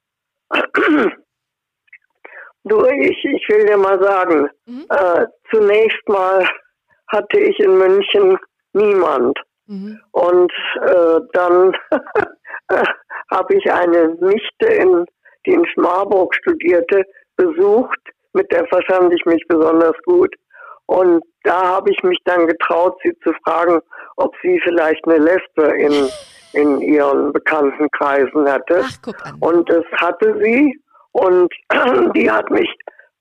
Du, ich, ich will dir mal sagen, Mhm. äh, zunächst mal hatte ich in München niemand. Mhm. Und äh, dann habe ich eine Nichte, in, die in Marburg studierte, besucht. Mit der verstand ich mich besonders gut. Und da habe ich mich dann getraut, sie zu fragen, ob sie vielleicht eine Lesbe in, in ihren Bekanntenkreisen hatte. Ach, guck an. Und das hatte sie. Und die hat mich,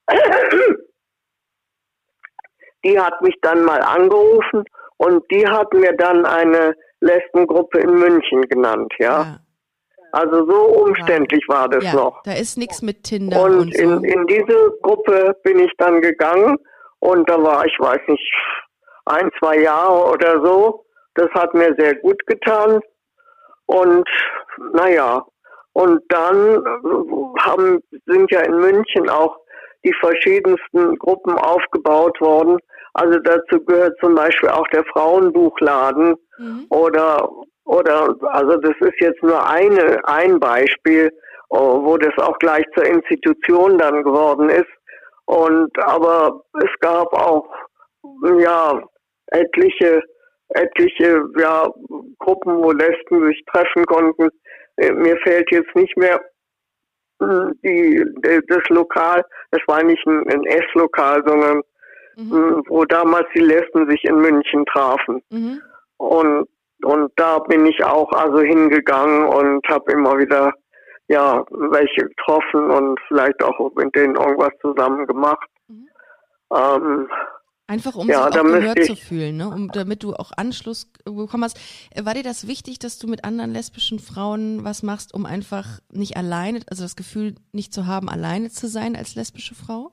die hat mich dann mal angerufen und die hat mir dann eine Lesbengruppe in München genannt, ja. Ja. Also so umständlich war das Ja, noch. da ist nichts mit Tinder Und, und so. in, in diese Gruppe bin ich dann gegangen und da war ich, weiß nicht, ein, zwei Jahre oder so. Das hat mir sehr gut getan. Und naja, und dann haben, sind ja in München auch die verschiedensten Gruppen aufgebaut worden. Also dazu gehört zum Beispiel auch der Frauenbuchladen Mhm. oder oder also das ist jetzt nur eine ein Beispiel, wo das auch gleich zur Institution dann geworden ist. Und aber es gab auch ja etliche etliche ja Gruppen, wo Lesben sich treffen konnten. Mir fällt jetzt nicht mehr die, das Lokal, das war nicht ein, ein Esslokal, sondern Mhm. wo damals die Lesben sich in München trafen. Mhm. Und und da bin ich auch also hingegangen und habe immer wieder ja welche getroffen und vielleicht auch mit denen irgendwas zusammen gemacht. Mhm. Ähm, Einfach um Ja, sich da auch gehört müsste zu ich- fühlen, ne? Um, damit du auch Anschluss bekommen hast. Äh, War dir das wichtig, dass du mit anderen lesbischen Frauen was machst, um einfach nicht alleine, also das Gefühl nicht zu haben, alleine zu sein als lesbische Frau?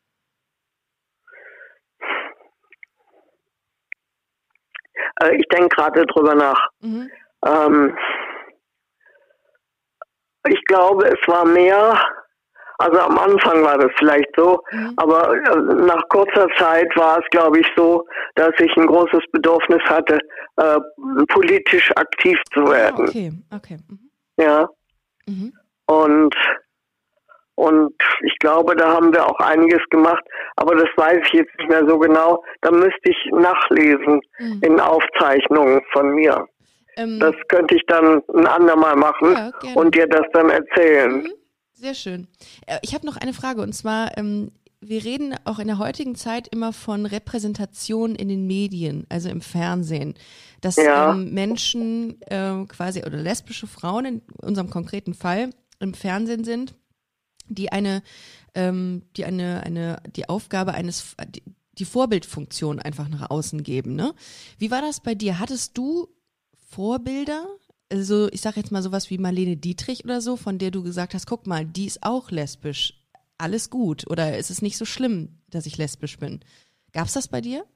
äh, ich denke gerade drüber nach. Mhm. Ähm, ich glaube, es war mehr, also am Anfang war das vielleicht so, Mhm. aber äh, nach kurzer Zeit war es, glaube ich, so, dass ich ein großes Bedürfnis hatte, äh, politisch aktiv zu Ah, werden. okay, okay. Mhm. Ja, Mhm. und und ich glaube, da haben wir auch einiges gemacht, aber das weiß ich jetzt nicht mehr so genau. Da müsste ich nachlesen Mhm. in Aufzeichnungen von mir. Ähm, Das könnte ich dann ein andermal machen ja, gerne. und dir das dann erzählen. Mhm. Sehr schön. Äh, Ich habe noch eine Frage und zwar, ähm, wir reden auch in der heutigen Zeit immer von Repräsentation in den Medien, also im Fernsehen, dass Ja. ähm, Menschen äh, quasi oder lesbische Frauen in unserem konkreten Fall im Fernsehen sind, die eine, ähm, die eine, eine, die Aufgabe eines, die, die Vorbildfunktion einfach nach außen geben. Ne? Wie war das bei dir? Hattest du Vorbilder? Also ich sage jetzt mal sowas wie Marlene Dietrich oder so, von der du gesagt hast, guck mal, die ist auch lesbisch. Alles gut. Oder ist es nicht so schlimm, dass ich lesbisch bin? Gab's das bei dir?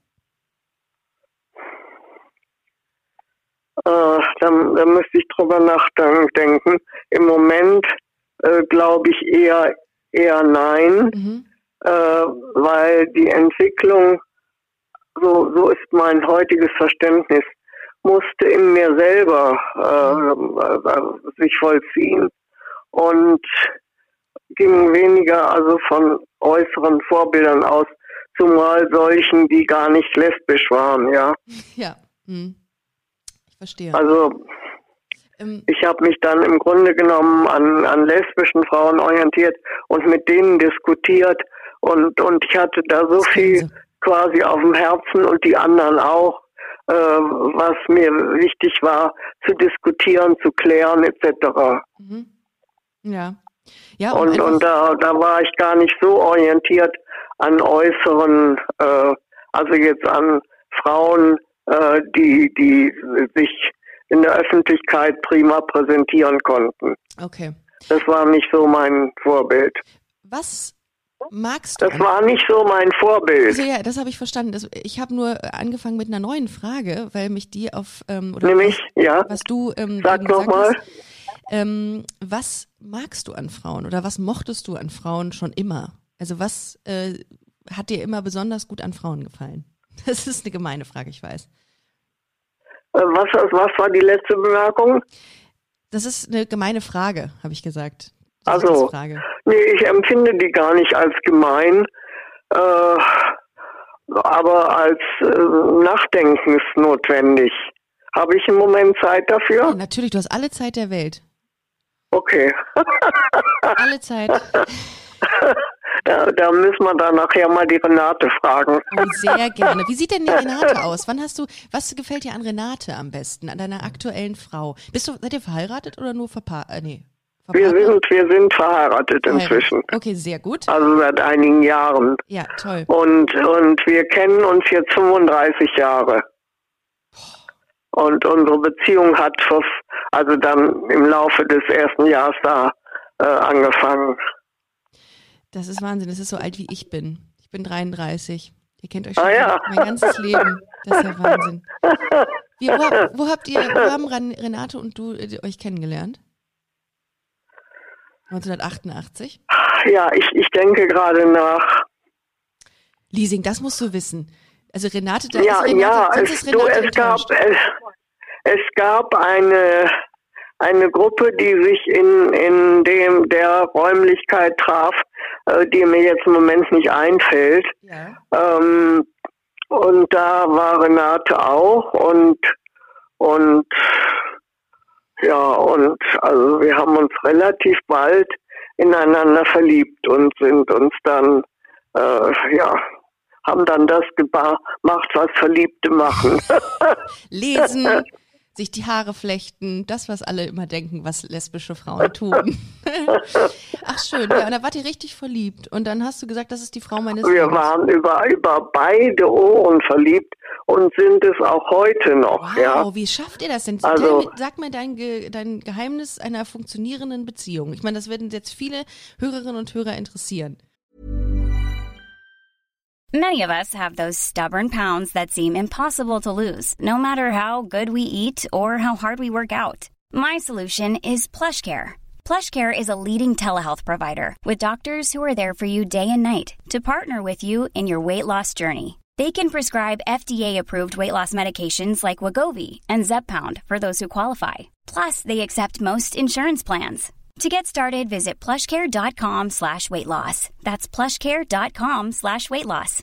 Äh, da, da müsste ich drüber nachdenken. Im Moment äh, glaube ich eher eher nein, Mhm. äh, weil die Entwicklung, so so ist mein heutiges Verständnis, musste in mir selber äh, äh, sich vollziehen und ging weniger also von äußeren Vorbildern aus, zumal solchen, die gar nicht lesbisch waren, ja. Ja. Hm. Ich verstehe. Also Ähm, ich habe mich dann im Grunde genommen an, an lesbischen Frauen orientiert und mit denen diskutiert und, und ich hatte da so viel quasi auf dem Herzen und die anderen auch, äh, was mir wichtig war, zu diskutieren, zu klären et cetera. Mhm. Ja. Ja, um und und da, da war ich gar nicht so orientiert an äußeren, äh, also jetzt an Frauen, äh, die, die sich in der Öffentlichkeit prima präsentieren konnten. Okay. Das war nicht so mein Vorbild. Was magst du? Das war nicht so mein Vorbild. Also ja, das habe ich verstanden. Das, ich habe nur angefangen mit einer neuen Frage, weil mich die auf ähm, oder Nämlich, was, ja. was du ähm, Sag eben noch gesagt mal. hast. Ähm, was magst du an Frauen oder was mochtest du an Frauen schon immer? Also was äh, hat dir immer besonders gut an Frauen gefallen? Das ist eine gemeine Frage, ich weiß. Äh, was, was war die letzte Bemerkung? Das ist eine gemeine Frage, habe ich gesagt. Das Also, ist die Frage. Nee, ich empfinde die gar nicht als gemein, äh, aber als äh, nachdenkensnotwendig. Habe ich im Moment Zeit dafür? Ja, natürlich, du hast alle Zeit der Welt. Okay. Alle Zeit. Da, da müssen wir dann nachher mal die Renate fragen. Oh, sehr gerne. Wie sieht denn die Renate aus? Wann hast du, was gefällt dir an Renate am besten, an deiner aktuellen Frau? Bist du, seid ihr verheiratet oder nur verpa äh, nee, Wir verpartnert? sind, wir sind verheiratet inzwischen. Okay, sehr gut. Also seit einigen Jahren. Ja, toll. Und, und wir kennen uns jetzt fünfunddreißig Jahre. Und unsere Beziehung hat vor, also dann im Laufe des ersten Jahres da äh, angefangen. Das ist Wahnsinn. Das ist so alt wie ich bin. Ich bin dreiunddreißig. Ihr kennt euch schon Ah, ja. mein ganzes Leben. Das ist ja Wahnsinn. Wie, wo, wo habt ihr, wo haben Renate und du äh, euch kennengelernt? neunzehnhundertachtundachtzig? Ja, ich, ich denke gerade nach. Liesing, das musst du wissen. Also Renate, da Ja, ist Renate, ja, sonst es, ist du, Renate es gab, enttäuscht. es, es gab eine, eine Gruppe, die sich in, in dem, der Räumlichkeit traf, äh, die mir jetzt im Moment nicht einfällt. Ja. Ähm, und da war Renate auch und, und, ja, und also wir haben uns relativ bald ineinander verliebt und sind uns dann, äh, ja, haben dann das gemacht, was Verliebte machen. Lesen, sich die Haare flechten, das, was alle immer denken, was lesbische Frauen tun. Ach schön, ja, und da wart ihr richtig verliebt. Und dann hast du gesagt, das ist die Frau meines Wir Lebens. waren über, über beide Ohren verliebt und sind es auch heute noch. Wow, Ja. wie schafft ihr das denn? Also- Tell mir, sag mir dein, Ge dein Geheimnis einer funktionierenden Beziehung. Ich meine, das werden jetzt viele Hörerinnen und Hörer interessieren. Many of us have those stubborn pounds that seem impossible to lose, no matter how good we eat or how hard we work out. My solution is PlushCare. PlushCare is a leading telehealth provider with doctors who are there for you day and night to partner with you in your weight loss journey. They can prescribe F D A-approved weight loss medications like Wegovy and Zepbound for those who qualify. Plus, they accept most insurance plans. To get started, visit plushcare.com slash weight loss. That's plushcare.com slash weight loss.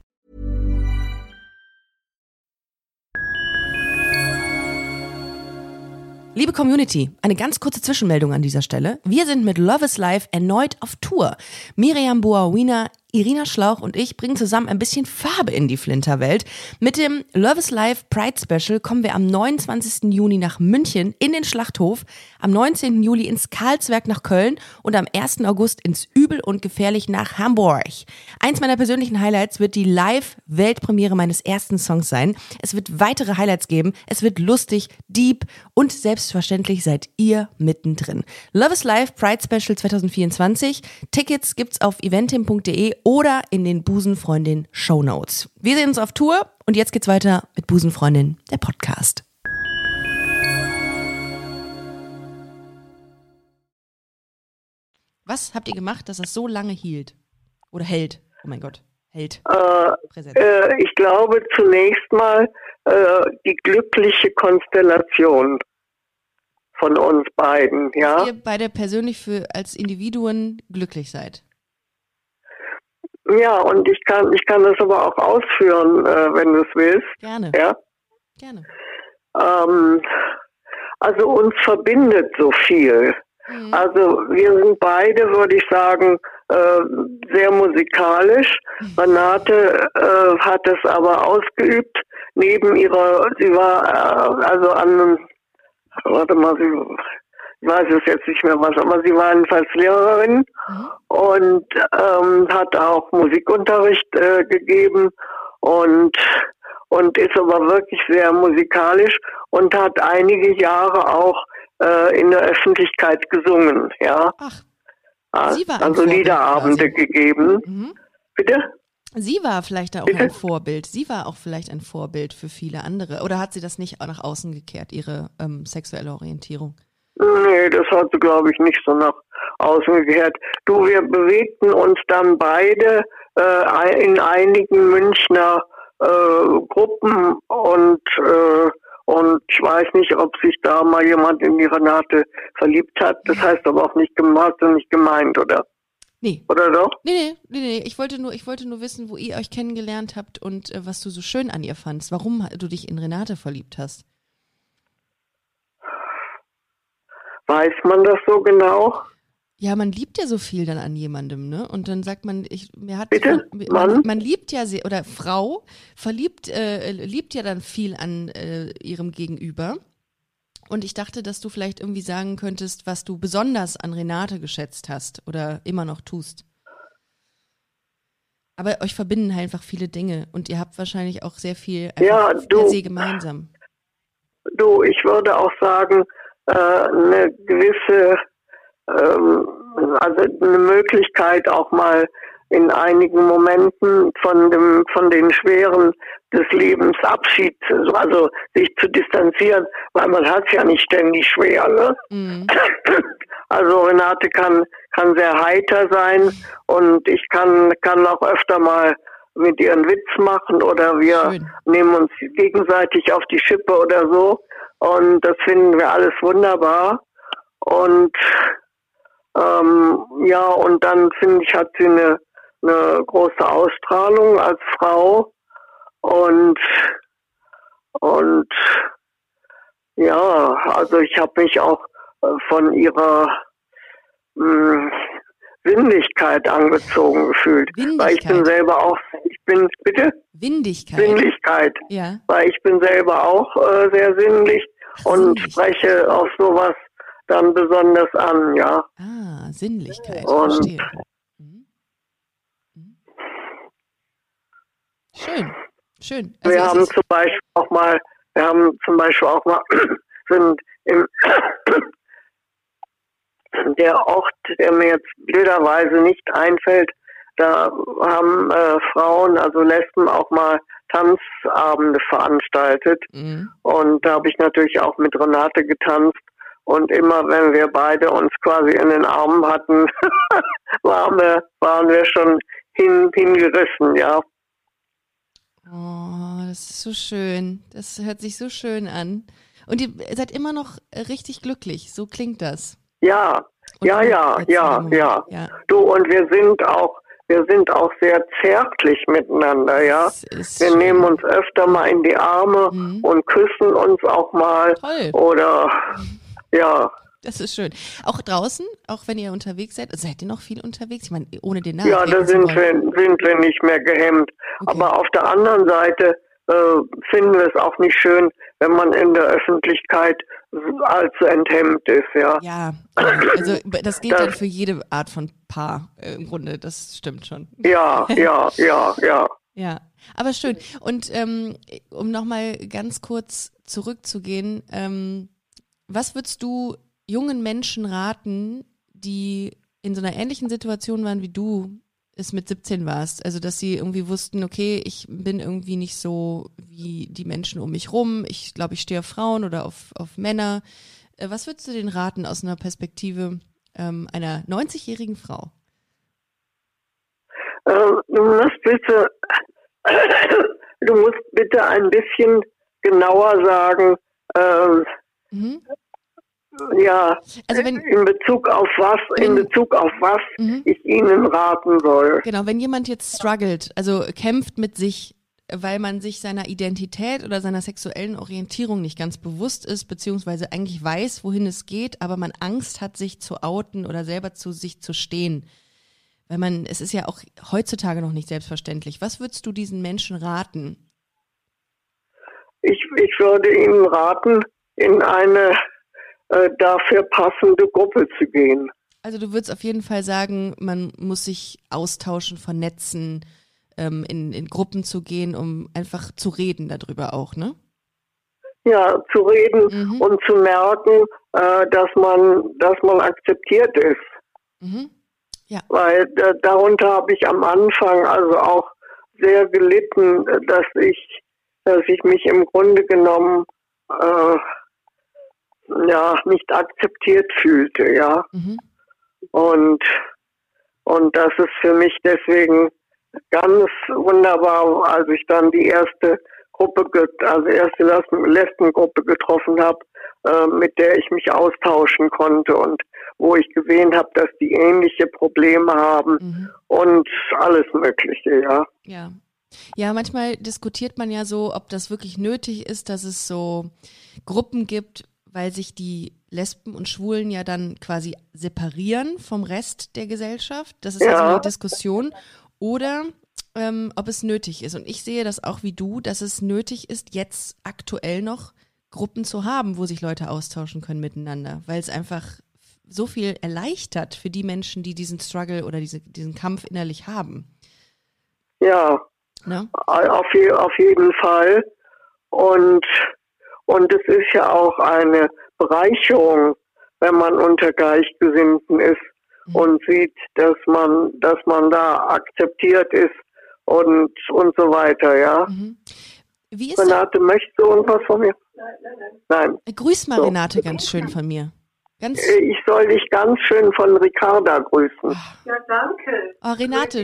Liebe Community, eine ganz kurze Zwischenmeldung an dieser Stelle. Wir sind mit Love is Life erneut auf Tour. Miriam Boa-Wiener, Irina Schlauch und ich bringen zusammen ein bisschen Farbe in die Flinterwelt. Mit dem Love is Life Pride Special kommen wir am neunundzwanzigsten Juni nach München in den Schlachthof, am neunzehnten Juli ins Karlswerk nach Köln und am ersten August ins Übel und Gefährlich nach Hamburg. Eins meiner persönlichen Highlights wird die Live-Weltpremiere meines ersten Songs sein. Es wird weitere Highlights geben. Es wird lustig, deep und selbstverständlich seid ihr mittendrin. Love is Life Pride Special zwanzig vierundzwanzig. Tickets gibt's auf eventim punkt de oder in den Busenfreundin Shownotes. Wir sehen uns auf Tour und jetzt geht's weiter mit Busenfreundin, der Podcast. Was habt ihr gemacht, dass das so lange hielt? Oder hält? Oh mein Gott, hält. Äh, Präsent. äh, ich glaube zunächst mal äh, die glückliche Konstellation von uns beiden, ja. Dass ihr beide persönlich für als Individuen glücklich seid. Ja, und ich kann, ich kann das aber auch ausführen, äh, wenn du es willst. Gerne, Ja. gerne. Ähm, Also uns verbindet so viel. Mhm. Also wir sind beide, würde ich sagen, äh, sehr musikalisch. Mhm. Renate äh, hat es aber ausgeübt. Neben ihrer, sie war äh, also an, warte mal, sie, ich weiß es jetzt nicht mehr was, aber sie war jedenfalls Lehrerin Mhm. und ähm, hat auch Musikunterricht äh, gegeben und und ist aber wirklich sehr musikalisch und hat einige Jahre auch äh, in der Öffentlichkeit gesungen, ja. Ach, sie war ein Also Vorbild Liederabende quasi. gegeben. Mhm. Bitte? Sie war vielleicht auch Bitte? ein Vorbild. Sie war auch vielleicht ein Vorbild für viele andere. Oder hat sie das nicht auch nach außen gekehrt, ihre ähm, sexuelle Orientierung? Nee, das hat sie, glaube ich, nicht so nach außen gekehrt. Du, wir bewegten uns dann beide äh, in einigen Münchner äh, Gruppen und äh, und ich weiß nicht, ob sich da mal jemand in die Renate verliebt hat. Das heißt aber auch nicht, hast du nicht gemeint, oder? Nee. Oder doch? Nee, nee, nee, nee. Ich wollte nur, ich wollte nur wissen, wo ihr euch kennengelernt habt und äh, was du so schön an ihr fandst. Warum du dich in Renate verliebt hast. Weiß man das so genau? Ja, man liebt ja so viel dann an jemandem, ne? Und dann sagt man, ich, mir hat Bitte? man, Mann? man liebt ja sie oder Frau verliebt, äh, liebt ja dann viel an äh, ihrem Gegenüber. Und ich dachte, dass du vielleicht irgendwie sagen könntest, was du besonders an Renate geschätzt hast oder immer noch tust. Aber euch verbinden halt einfach viele Dinge und ihr habt wahrscheinlich auch sehr viel Ja, einfach du- per se gemeinsam. Du, ich würde auch sagen, äh, eine gewisse, ähm, also eine Möglichkeit auch mal in einigen Momenten von dem, von den Schweren des Lebens Abschied, also sich zu distanzieren, weil man hat es ja nicht ständig schwer, ne? Mhm. Also Renate kann, kann sehr heiter sein und ich kann, kann auch öfter mal mit ihr einen Witz machen oder wir Schön. nehmen uns gegenseitig auf die Schippe oder so und das finden wir alles wunderbar und ähm, ja, und dann finde ich, hat sie eine, eine große Ausstrahlung als Frau und und ja, also ich habe mich auch äh, von ihrer mh, Sinnlichkeit angezogen gefühlt, weil ich bin Windigkeit. selber auch, ich bin, bitte? Windigkeit. Sinnlichkeit, Ja. weil ich bin selber auch äh, sehr sinnlich Ach, und Sinnlichkeit. spreche auf sowas dann besonders an, ja. Ah, Sinnlichkeit, Und- verstehe. Mhm. Mhm. Schön, schön. Also wir es haben ist, zum Beispiel auch mal, wir haben zum Beispiel auch mal, sind im, der Ort, der mir jetzt blöderweise nicht einfällt, da haben äh, Frauen, also Lesben, auch mal Tanzabende veranstaltet. mhm. Und da habe ich natürlich auch mit Renate getanzt. Und immer, wenn wir beide uns quasi in den Armen hatten, waren wir, waren wir schon hin, hingerissen, ja. Oh, das ist so schön. Das hört sich so schön an. Und ihr seid immer noch äh, richtig glücklich, so klingt das. Ja, Und ja, ja, jetzt ja, im Moment. ja. ja. Du, und wir sind auch, wir sind auch sehr zärtlich miteinander, ja. Das ist Wir schön. nehmen uns öfter mal in die Arme Mhm. und küssen uns auch mal. Toll. Oder, ja, Das ist schön. Auch draußen, auch wenn ihr unterwegs seid, seid ihr noch viel unterwegs? Ich meine, ohne den Namen. ja, da sind wir, sind wir nicht mehr gehemmt. Okay. Aber auf der anderen Seite äh, finden wir es auch nicht schön, wenn man in der Öffentlichkeit allzu enthemmt ist, ja. Ja, ja, also das gilt Das- dann für jede Art von Paar äh, im Grunde, das stimmt schon. Ja, ja, ja, ja. Ja, aber schön. Und ähm, um nochmal ganz kurz zurückzugehen, ähm, was würdest du jungen Menschen raten, die in so einer ähnlichen Situation waren, wie du es mit siebzehn warst? Also, dass sie irgendwie wussten, okay, ich bin irgendwie nicht so wie die Menschen um mich rum. Ich glaube, ich stehe auf Frauen oder auf, auf Männer. Äh, was würdest du denen raten aus einer Perspektive ähm, einer neunzigjährigen Frau? Äh, du musst bitte, du musst bitte ein bisschen genauer sagen, äh, Mhm. ja, Also wenn, in Bezug auf was, in Wenn- Bezug auf was mhm. ich Ihnen raten soll. Genau, wenn jemand jetzt struggelt, also kämpft mit sich, weil man sich seiner Identität oder seiner sexuellen Orientierung nicht ganz bewusst ist, beziehungsweise eigentlich weiß, wohin es geht, aber man Angst hat, sich zu outen oder selber zu sich zu stehen. Weil man, es ist ja auch heutzutage noch nicht selbstverständlich. Was würdest du diesen Menschen raten? Ich, ich würde ihnen raten, in eine äh, dafür passende Gruppe zu gehen. Also du würdest auf jeden Fall sagen, man muss sich austauschen, vernetzen, ähm, in, in Gruppen zu gehen, um einfach zu reden darüber auch, ne? Ja, zu reden mhm. und zu merken, äh, dass man, dass man akzeptiert ist. Mhm. Ja. Weil äh, darunter habe ich am Anfang also auch sehr gelitten, dass ich, dass ich mich im Grunde genommen äh, ja nicht akzeptiert fühlte, ja. Mhm. Und und das ist für mich deswegen ganz wunderbar, als ich dann die erste Gruppe, also erste Lesbengruppe getroffen habe, äh, mit der ich mich austauschen konnte und wo ich gesehen habe, dass die ähnliche Probleme haben mhm. und alles Mögliche, ja. Ja. Ja, manchmal diskutiert man ja so, ob das wirklich nötig ist, dass es so Gruppen gibt, weil sich die Lesben und Schwulen ja dann quasi separieren vom Rest der Gesellschaft. Das ist ja so eine Diskussion. Oder ähm, ob es nötig ist. Und ich sehe das auch wie du, dass es nötig ist, jetzt aktuell noch Gruppen zu haben, wo sich Leute austauschen können miteinander, weil es einfach so viel erleichtert für die Menschen, die diesen Struggle oder diese, diesen Kampf innerlich haben. Ja, ne? auf, je, auf jeden Fall. Und, und es ist ja auch eine Bereicherung, wenn man unter Gleichgesinnten ist mhm. und sieht, dass man, dass man da akzeptiert ist und, und so weiter, ja. Mhm. Wie ist Renate, das? Möchtest du irgendwas von mir? Nein, nein, nein. nein. Grüß mal so. Renate ganz schön von mir. Ganz ich soll dich ganz schön von Ricarda grüßen. Ja, danke. Oh, Renate.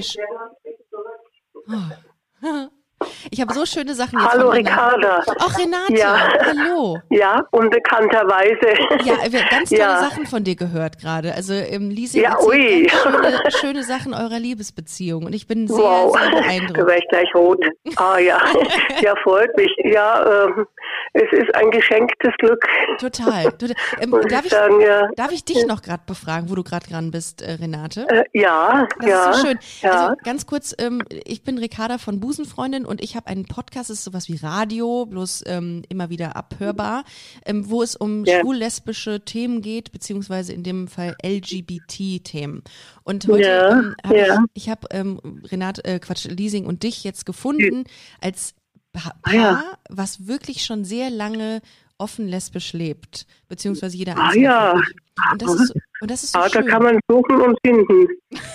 Oh. Ich habe so schöene Sachen jetzt Hallo von Ricarda. Ach Renate, ja. Hallo. Ja, unbekannterweise. Ja, wir haben ganz tolle ja. Sachen von dir gehört gerade. Also im Leasing ja, ui. schöne, schöne Sachen eurer Liebesbeziehung und ich bin sehr, wow. sehr beeindruckt. Da wäre ich gleich rot. Ah ja, ja, freut mich. Ja, ähm, es ist ein geschenktes Glück. Total. Du, ähm, darf, ich, sagen, ja. darf ich dich noch gerade befragen, wo du gerade dran bist, äh, Renate? Äh, ja, das ja. ist so schön. Ja. Also ganz kurz, ähm, ich bin Ricarda von Busenfreundin und ich habe einen Podcast, das ist sowas wie Radio, bloß ähm, immer wieder abhörbar, ähm, wo es um ja. schwul-lesbische Themen geht, beziehungsweise in dem Fall L G B T-Themen. Und heute ja. ähm, habe ja. ich, ich habe ähm, Renate, äh, Quatsch, Leasing und dich jetzt gefunden als Paar, ah, ja. was wirklich schon sehr lange offen lesbisch lebt, beziehungsweise jeder ah, ja. Und das ist, und das ist so ah, schön. Da kann man suchen und finden.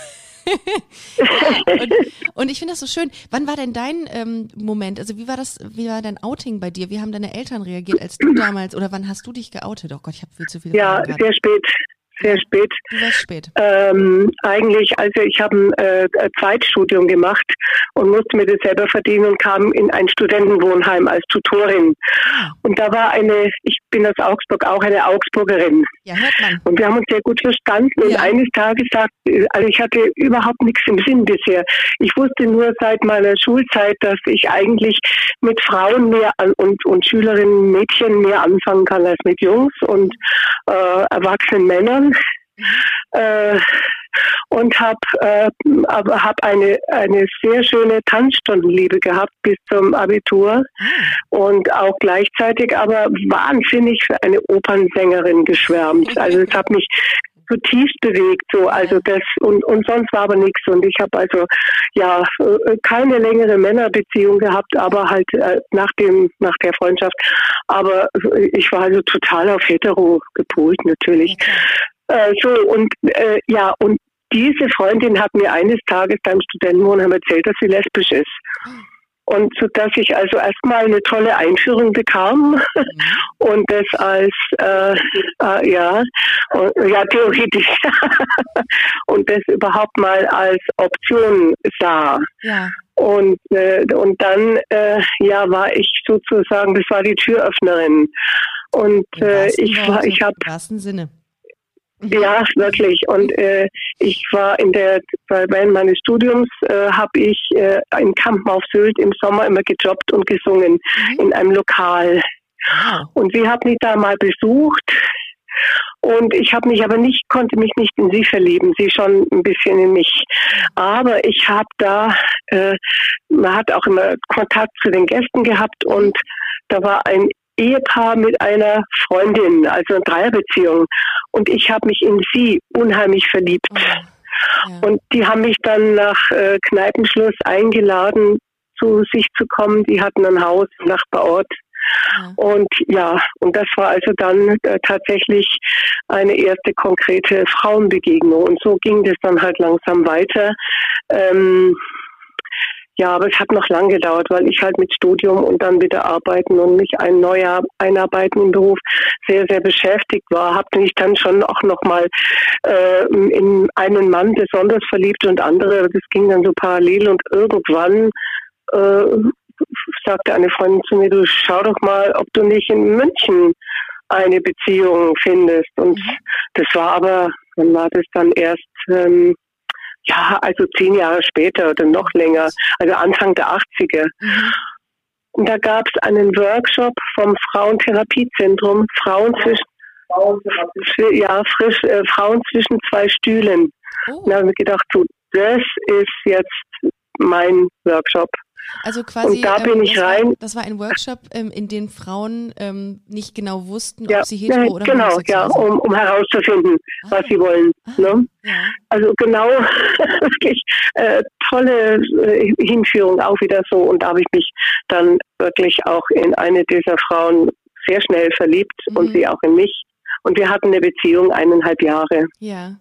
und, und ich finde das so schön. Wann war denn dein ähm, Moment, also wie war das, wie war dein Outing bei dir? Wie haben deine Eltern reagiert, als du damals, oder wann hast du dich geoutet? Oh Gott, ich habe viel zu viel. Ja, sehr spät. Sehr spät. Du warst spät. Ähm, eigentlich, also ich habe ein äh, Zweitstudium gemacht und musste mir das selber verdienen und kam in ein Studentenwohnheim als Tutorin. Ah. Und da war eine, ich bin aus Augsburg, auch eine Augsburgerin. Ja, hört man. Und wir haben uns sehr gut verstanden. Ja. Und eines Tages sagte, also ich hatte überhaupt nichts im Sinn bisher. Ich wusste nur seit meiner Schulzeit, dass ich eigentlich mit Frauen mehr an, und, und Schülerinnen, Mädchen mehr anfangen kann als mit Jungs und äh, erwachsenen Männern. Äh, und habe äh, aber hab eine eine sehr schöne Tanzstundenliebe gehabt bis zum Abitur und auch gleichzeitig aber wahnsinnig für eine Opernsängerin geschwärmt. Also es hat mich zutiefst bewegt, so, also das und und sonst war aber nichts und ich habe also ja keine längere Männerbeziehung gehabt, aber halt äh, nach dem nach der Freundschaft, aber ich war also total auf hetero gepolt natürlich. Äh, so und äh, ja und diese Freundin hat mir eines Tages beim Studentenwohnheim erzählt, dass sie lesbisch ist. Und so dass ich also erstmal eine tolle Einführung bekam mhm. und das als äh, äh, ja und, ja theoretisch und das überhaupt mal als Option sah. Ja. Und äh, und dann äh, ja war ich sozusagen, das war die Türöffnerin und äh, ich war ich habe im wahrsten Sinne. Ja, wirklich. Und äh, ich war in der, während meines Studiums äh, habe ich äh, in Kampen auf Sylt im Sommer immer gejobbt und gesungen mhm. in einem Lokal. Wow. Und sie hat mich da mal besucht. Und ich habe mich aber nicht, konnte mich nicht in sie verlieben, sie schon ein bisschen in mich. Aber ich habe da, äh, man hat auch immer Kontakt zu den Gästen gehabt und da war ein Ehepaar mit einer Freundin, also eine Dreierbeziehung. Und ich habe mich in sie unheimlich verliebt. Oh, ja. Und die haben mich dann nach äh, Kneipenschluss eingeladen, zu sich zu kommen. Die hatten ein Haus im Nachbarort. Ja. Und ja, und das war also dann äh, tatsächlich eine erste konkrete Frauenbegegnung. Und so ging das dann halt langsam weiter. Ähm, ja, aber es hat noch lang gedauert, weil ich halt mit Studium und dann wieder arbeiten und mich ein neuer Einarbeiten im Beruf sehr, sehr beschäftigt war. Habe mich dann schon auch nochmal äh, in einen Mann besonders verliebt und andere. Das ging dann so parallel und irgendwann äh, sagte eine Freundin zu mir, du schau doch mal, ob du nicht in München eine Beziehung findest. Und mhm. das war aber, dann war das dann erst, ähm, ja, also zehn Jahre später oder noch länger, also Anfang der achtziger. Mhm. Und da gab es einen Workshop vom Frauentherapiezentrum, Frauen zwischen, ja, frisch, äh, Frauen zwischen zwei Stühlen. Oh. Und da habe ich gedacht, so, das ist jetzt mein Workshop. Also quasi, und da bin ähm, ich das, rein. War, das war ein Workshop, ähm, in dem Frauen ähm, nicht genau wussten, ja, ob sie hetero oder genau, homosexuell sind. Ja, um, um herauszufinden, ah, was sie wollen. Ah, ne? Ja. Also genau, wirklich äh, tolle äh, Hinführung auch wieder so. Und da habe ich mich dann wirklich auch in eine dieser Frauen sehr schnell verliebt mhm. und sie auch in mich. Und wir hatten eine Beziehung eineinhalb Jahre. Ja.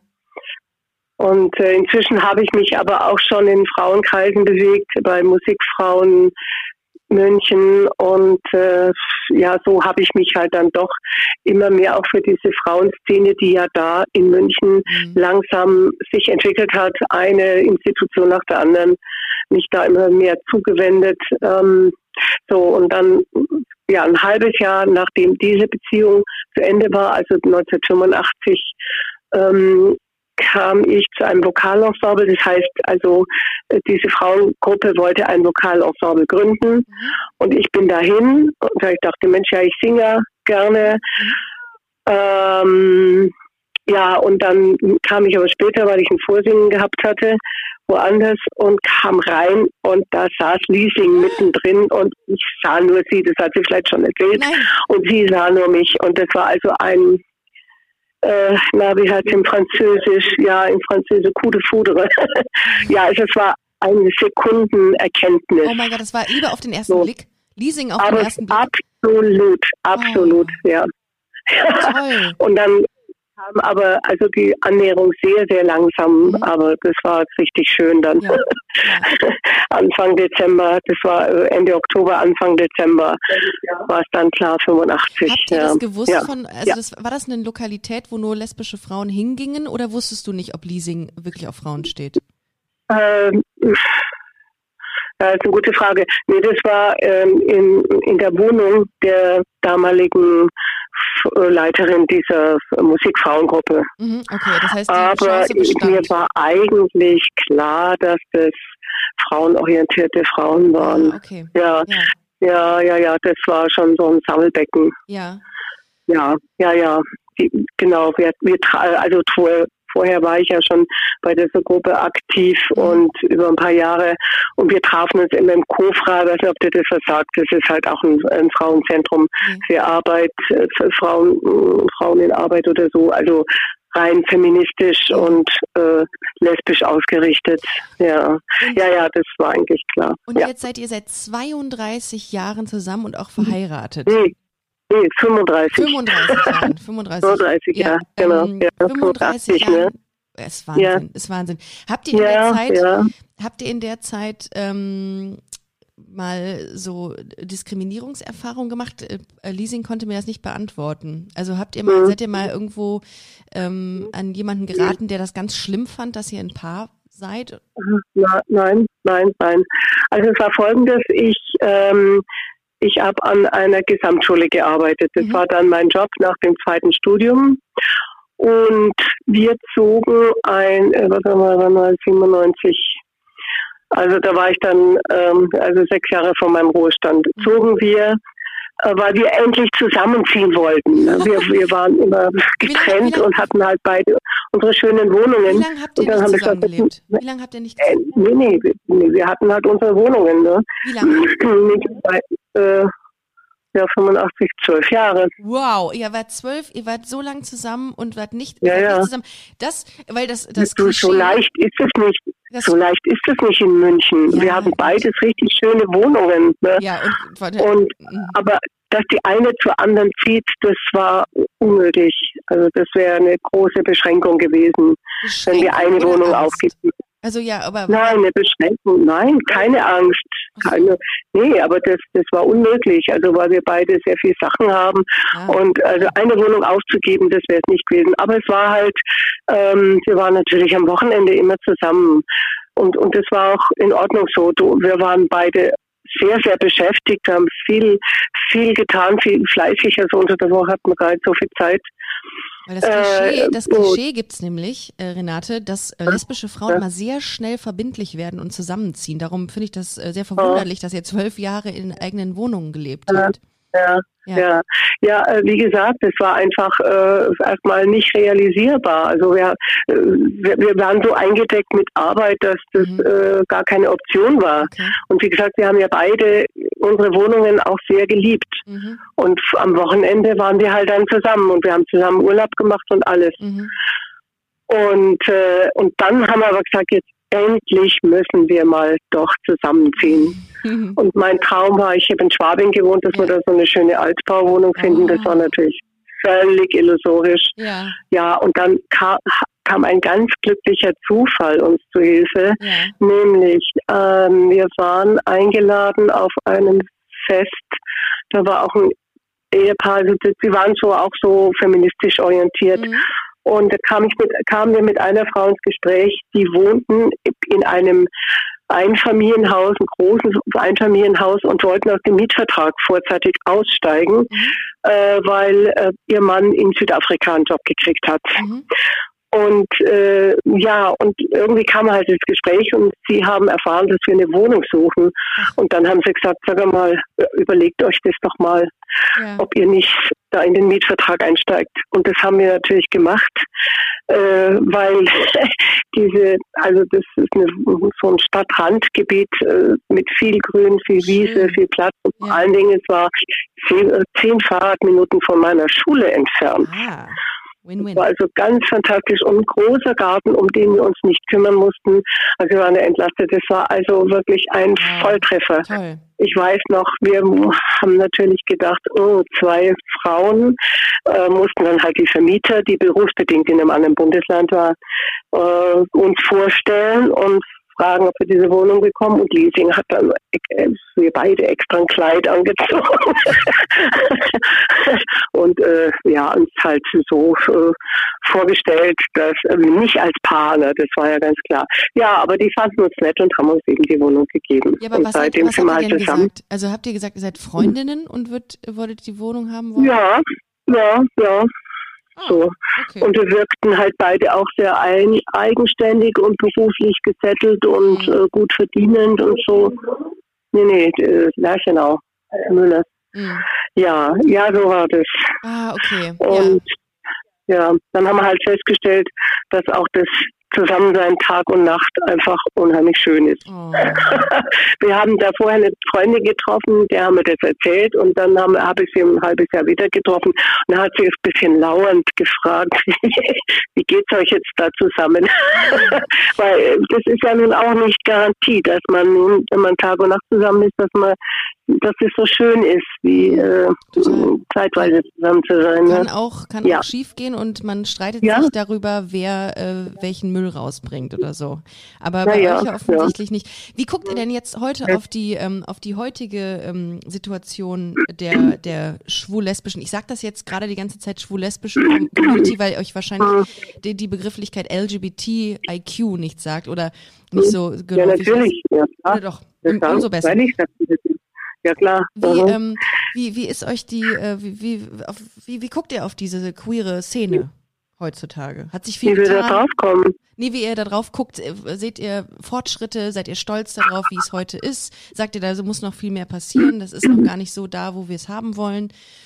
Und äh, inzwischen habe ich mich aber auch schon in Frauenkreisen bewegt, bei Musikfrauen München. Und äh, ja, so habe ich mich halt dann doch immer mehr auch für diese Frauenszene, die ja da in München mhm. langsam sich entwickelt hat, eine Institution nach der anderen, mich da immer mehr zugewendet. Ähm, so und dann ja ein halbes Jahr, nachdem diese Beziehung zu Ende war, also neunzehnhundertfünfundachtzig, ähm, kam ich zu einem Vokalensemble. Das heißt also, diese Frauengruppe wollte ein Vokalensemble gründen. Mhm. Und ich bin dahin und ich dachte, Mensch, ja, ich singe gerne. Mhm. Ähm, ja, und dann kam ich aber später, weil ich ein Vorsingen gehabt hatte, woanders und kam rein und da saß Liesing mittendrin und ich sah nur sie, das hat sie vielleicht schon erzählt. Nein. Und sie sah nur mich. Und das war also ein Äh, na, wie heißt es in Französisch? Ja, in Französisch, coup de foudre. Ja, also es war eine Sekundenerkenntnis. Oh mein Gott, das war Liebe auf den ersten so. Blick? Leasing auf Aber den ersten Blick? Absolut, absolut, oh. ja. Toll. Und dann kam aber also die Annäherung sehr, sehr langsam, mhm. aber das war richtig schön dann. Ja. Ja. Anfang Dezember, das war Ende Oktober, Anfang Dezember ja. war es dann klar, fünfundachtzig. Habt ihr ja. das gewusst ja. von, also ja. das, war das eine Lokalität, wo nur lesbische Frauen hingingen oder wusstest du nicht, ob Leasing wirklich auf Frauen steht? Ähm, das ist eine gute Frage. Nee, das war ähm, in, in der Wohnung der damaligen Leiterin dieser Musikfrauengruppe. Mhm, okay, das heißt, die aber mir war eigentlich klar, dass das frauenorientierte Frauen waren. Ah, okay. Ja, ja, ja, ja, ja, das war schon so ein Sammelbecken. Ja. Ja, ja, ja. Die, genau, wir, wir also vor, vorher war ich ja schon bei dieser Gruppe aktiv mhm. und über ein paar Jahre und wir trafen uns immer im Kofra, ich weiß nicht, ob dir das was sagt, das ist halt auch ein, ein Frauenzentrum mhm. für Arbeit, für Frauen, Frauen in Arbeit oder so, also rein feministisch mhm. und äh, lesbisch ausgerichtet. Ja. Und, ja, ja, das war eigentlich klar. Und ja. jetzt seid ihr seit zweiunddreißig Jahren zusammen und auch verheiratet. Nee. Nee, fünfunddreißig. fünfunddreißig Jahren. fünfunddreißig, fünfunddreißig ja, ja, genau. Ähm, ja, fünfunddreißig Jahre. Ne? Ist Wahnsinn, ja. ist Wahnsinn. Habt ihr in ja, der Zeit, ja. habt ihr in der Zeit ähm, mal so Diskriminierungserfahrungen gemacht? Äh, Leasing konnte mir das nicht beantworten. Also habt ihr mal, mhm. seid ihr mal irgendwo ähm, an jemanden geraten, der das ganz schlimm fand, dass ihr ein Paar seid? Na, nein, nein, nein. Also es war Folgendes, ich ähm, Ich habe an einer Gesamtschule gearbeitet. Das mhm. war dann mein Job nach dem zweiten Studium. Und wir zogen ein, äh, was haben wir, wann war siebenundneunzig, also da war ich dann, ähm, also sechs Jahre vor meinem Ruhestand, zogen wir, äh, weil wir endlich zusammenziehen wollten. Wir, wir waren immer getrennt wie lang, wie lang, und hatten halt beide unsere schönen Wohnungen. Wie lange habt ihr und dann nicht haben zusammengelebt? Wie lange habt ihr nicht äh, Nee, nee, wir, nee, wir hatten halt unsere Wohnungen. Ne? Wie lange? äh, ja, fünfundachtzig, zwölf Jahre. Wow, ihr wart zwölf, ihr wart so lang zusammen und wart nicht, ja, wart ja. nicht zusammen. Das, weil das, das du, Klischee, so leicht ist es nicht. das, So leicht ist es nicht in München. Ja, wir hatten beides richtig schöne Wohnungen. Ne? Ja, und, und aber dass die eine zur anderen zieht, das war unnötig. Also das wäre eine große Beschränkung gewesen, wenn wir eine Wohnung aufgeben. Also ja, aber... Nein, eine Beschränkung, nein, keine Angst. Keine, nee, aber das, das war unmöglich, also weil wir beide sehr viel Sachen haben. Ah. Und also eine Wohnung aufzugeben, das wäre es nicht gewesen. Aber es war halt, ähm, wir waren natürlich am Wochenende immer zusammen. Und, und das war auch in Ordnung so. Wir waren beide sehr, sehr beschäftigt, haben viel, viel getan, viel fleißig. Also unter der Woche hatten wir gar nicht so viel Zeit. Weil das Klischee, das Klischee gibt es nämlich, äh, Renate, dass äh, lesbische Frauen ja. immer sehr schnell verbindlich werden und zusammenziehen. Darum finde ich das äh, sehr verwunderlich, dass ihr zwölf Jahre in eigenen Wohnungen gelebt ja. habt. Ja, ja, ja, ja äh, wie gesagt, es war einfach äh, erstmal nicht realisierbar. Also wir, äh, wir, wir waren so eingedeckt mit Arbeit, dass das mhm. äh, gar keine Option war. Okay. Und wie gesagt, wir haben ja beide unsere Wohnungen auch sehr geliebt. Mhm. Und am Wochenende waren wir halt dann zusammen und wir haben zusammen Urlaub gemacht und alles. Mhm. Und, äh, und dann haben wir aber gesagt, jetzt endlich müssen wir mal doch zusammenziehen. Mhm. Und mein Traum war, ich habe in Schwabing gewohnt, dass ja. wir da so eine schöne Altbauwohnung finden. Oh. Das war natürlich völlig illusorisch. Ja, ja und dann kam, kam ein ganz glücklicher Zufall uns zu Hilfe. Ja. Nämlich, ähm, wir waren eingeladen auf einem Fest. Da war auch ein Ehepaar, also sie waren so auch so feministisch orientiert. Mhm. Und da kam ich mit, kamen wir mit einer Frau ins Gespräch, die wohnten in einem Einfamilienhaus, ein großes Einfamilienhaus und wollten aus dem Mietvertrag vorzeitig aussteigen, mhm. äh, weil äh, ihr Mann in Südafrika einen Job gekriegt hat. Mhm. Und äh, ja, und irgendwie kam halt das Gespräch und sie haben erfahren, dass wir eine Wohnung suchen. Und dann haben sie gesagt, sag mal, überlegt euch das doch mal, ja. ob ihr nicht da in den Mietvertrag einsteigt. Und das haben wir natürlich gemacht, äh, weil diese, also das ist eine, so ein Stadtrandgebiet äh, mit viel Grün, viel Wiese, viel Platz. Und ja. vor allen Dingen, es war zehn, zehn Fahrradminuten von meiner Schule entfernt. Ah. Win-win. War also ganz fantastisch und ein großer Garten, um den wir uns nicht kümmern mussten. Also wir waren ja entlastet. Das war also wirklich ein wow. Volltreffer. Toll. Ich weiß noch, wir haben natürlich gedacht, oh, zwei Frauen äh, mussten dann halt die Vermieter, die berufsbedingt in einem anderen Bundesland war, äh, uns vorstellen und fragen, ob wir diese Wohnung bekommen. Und Liesing hat dann äh, wir beide extra ein Kleid angezogen. und äh, ja, uns halt so äh, vorgestellt, dass äh, nicht als Paar, ne, das war ja ganz klar. Ja, aber die fanden uns nett und haben uns eben die Wohnung gegeben. Ja, aber und was, seitdem hat, was habt ihr halt denn zusammen. gesagt? Also habt ihr gesagt, ihr seid Freundinnen und würd, wolltet die Wohnung haben wollen? Ja, ja, ja. So. Okay. Und wir wirkten halt beide auch sehr ein, eigenständig und beruflich gesettelt und mhm. äh, gut verdienend und so. Nee, nee, äh, Lerchenau, Müller. Mhm. Ja, ja, so war das. Ah, okay. Und ja. ja, dann haben wir halt festgestellt, dass auch das Zusammensein Tag und Nacht einfach unheimlich schön ist. Oh. Wir haben da vorher eine Freundin getroffen, der haben wir das erzählt und dann habe hab ich sie ein halbes Jahr wieder getroffen und da hat sie ein bisschen lauernd gefragt, wie geht's euch jetzt da zusammen? Weil das ist ja nun auch nicht Garantie, dass man nun, wenn man Tag und Nacht zusammen ist, dass man dass es so schön ist, wie äh, zeitweise zusammen zu sein. Kann ne? auch, kann ja. auch schief gehen und man streitet ja. sich darüber, wer äh, welchen Müll rausbringt oder so. Aber Na bei ja, euch ja offensichtlich ja. nicht. Wie guckt ihr denn jetzt heute ja. auf die ähm, auf die heutige ähm, Situation der der schwul-lesbischen, ich sage das jetzt gerade die ganze Zeit schwul-lesbische Community, weil euch wahrscheinlich die, die Begrifflichkeit L G B T I Q nicht sagt oder nicht so genau. Ja, natürlich. Ja, klar. Oder doch, um, umso besser. Weil ich das Ja, klar. Wie, mhm. ähm, wie, wie ist euch die, äh, wie, wie, auf, wie, wie guckt ihr auf diese queere Szene heutzutage? Hat sich viel Wie wir getan? da drauf kommen. Nee, wie ihr da drauf guckt, seht ihr Fortschritte, seid ihr stolz darauf, wie es heute ist? Sagt ihr, da muss noch viel mehr passieren, das ist noch gar nicht so da, wo wir es haben wollen?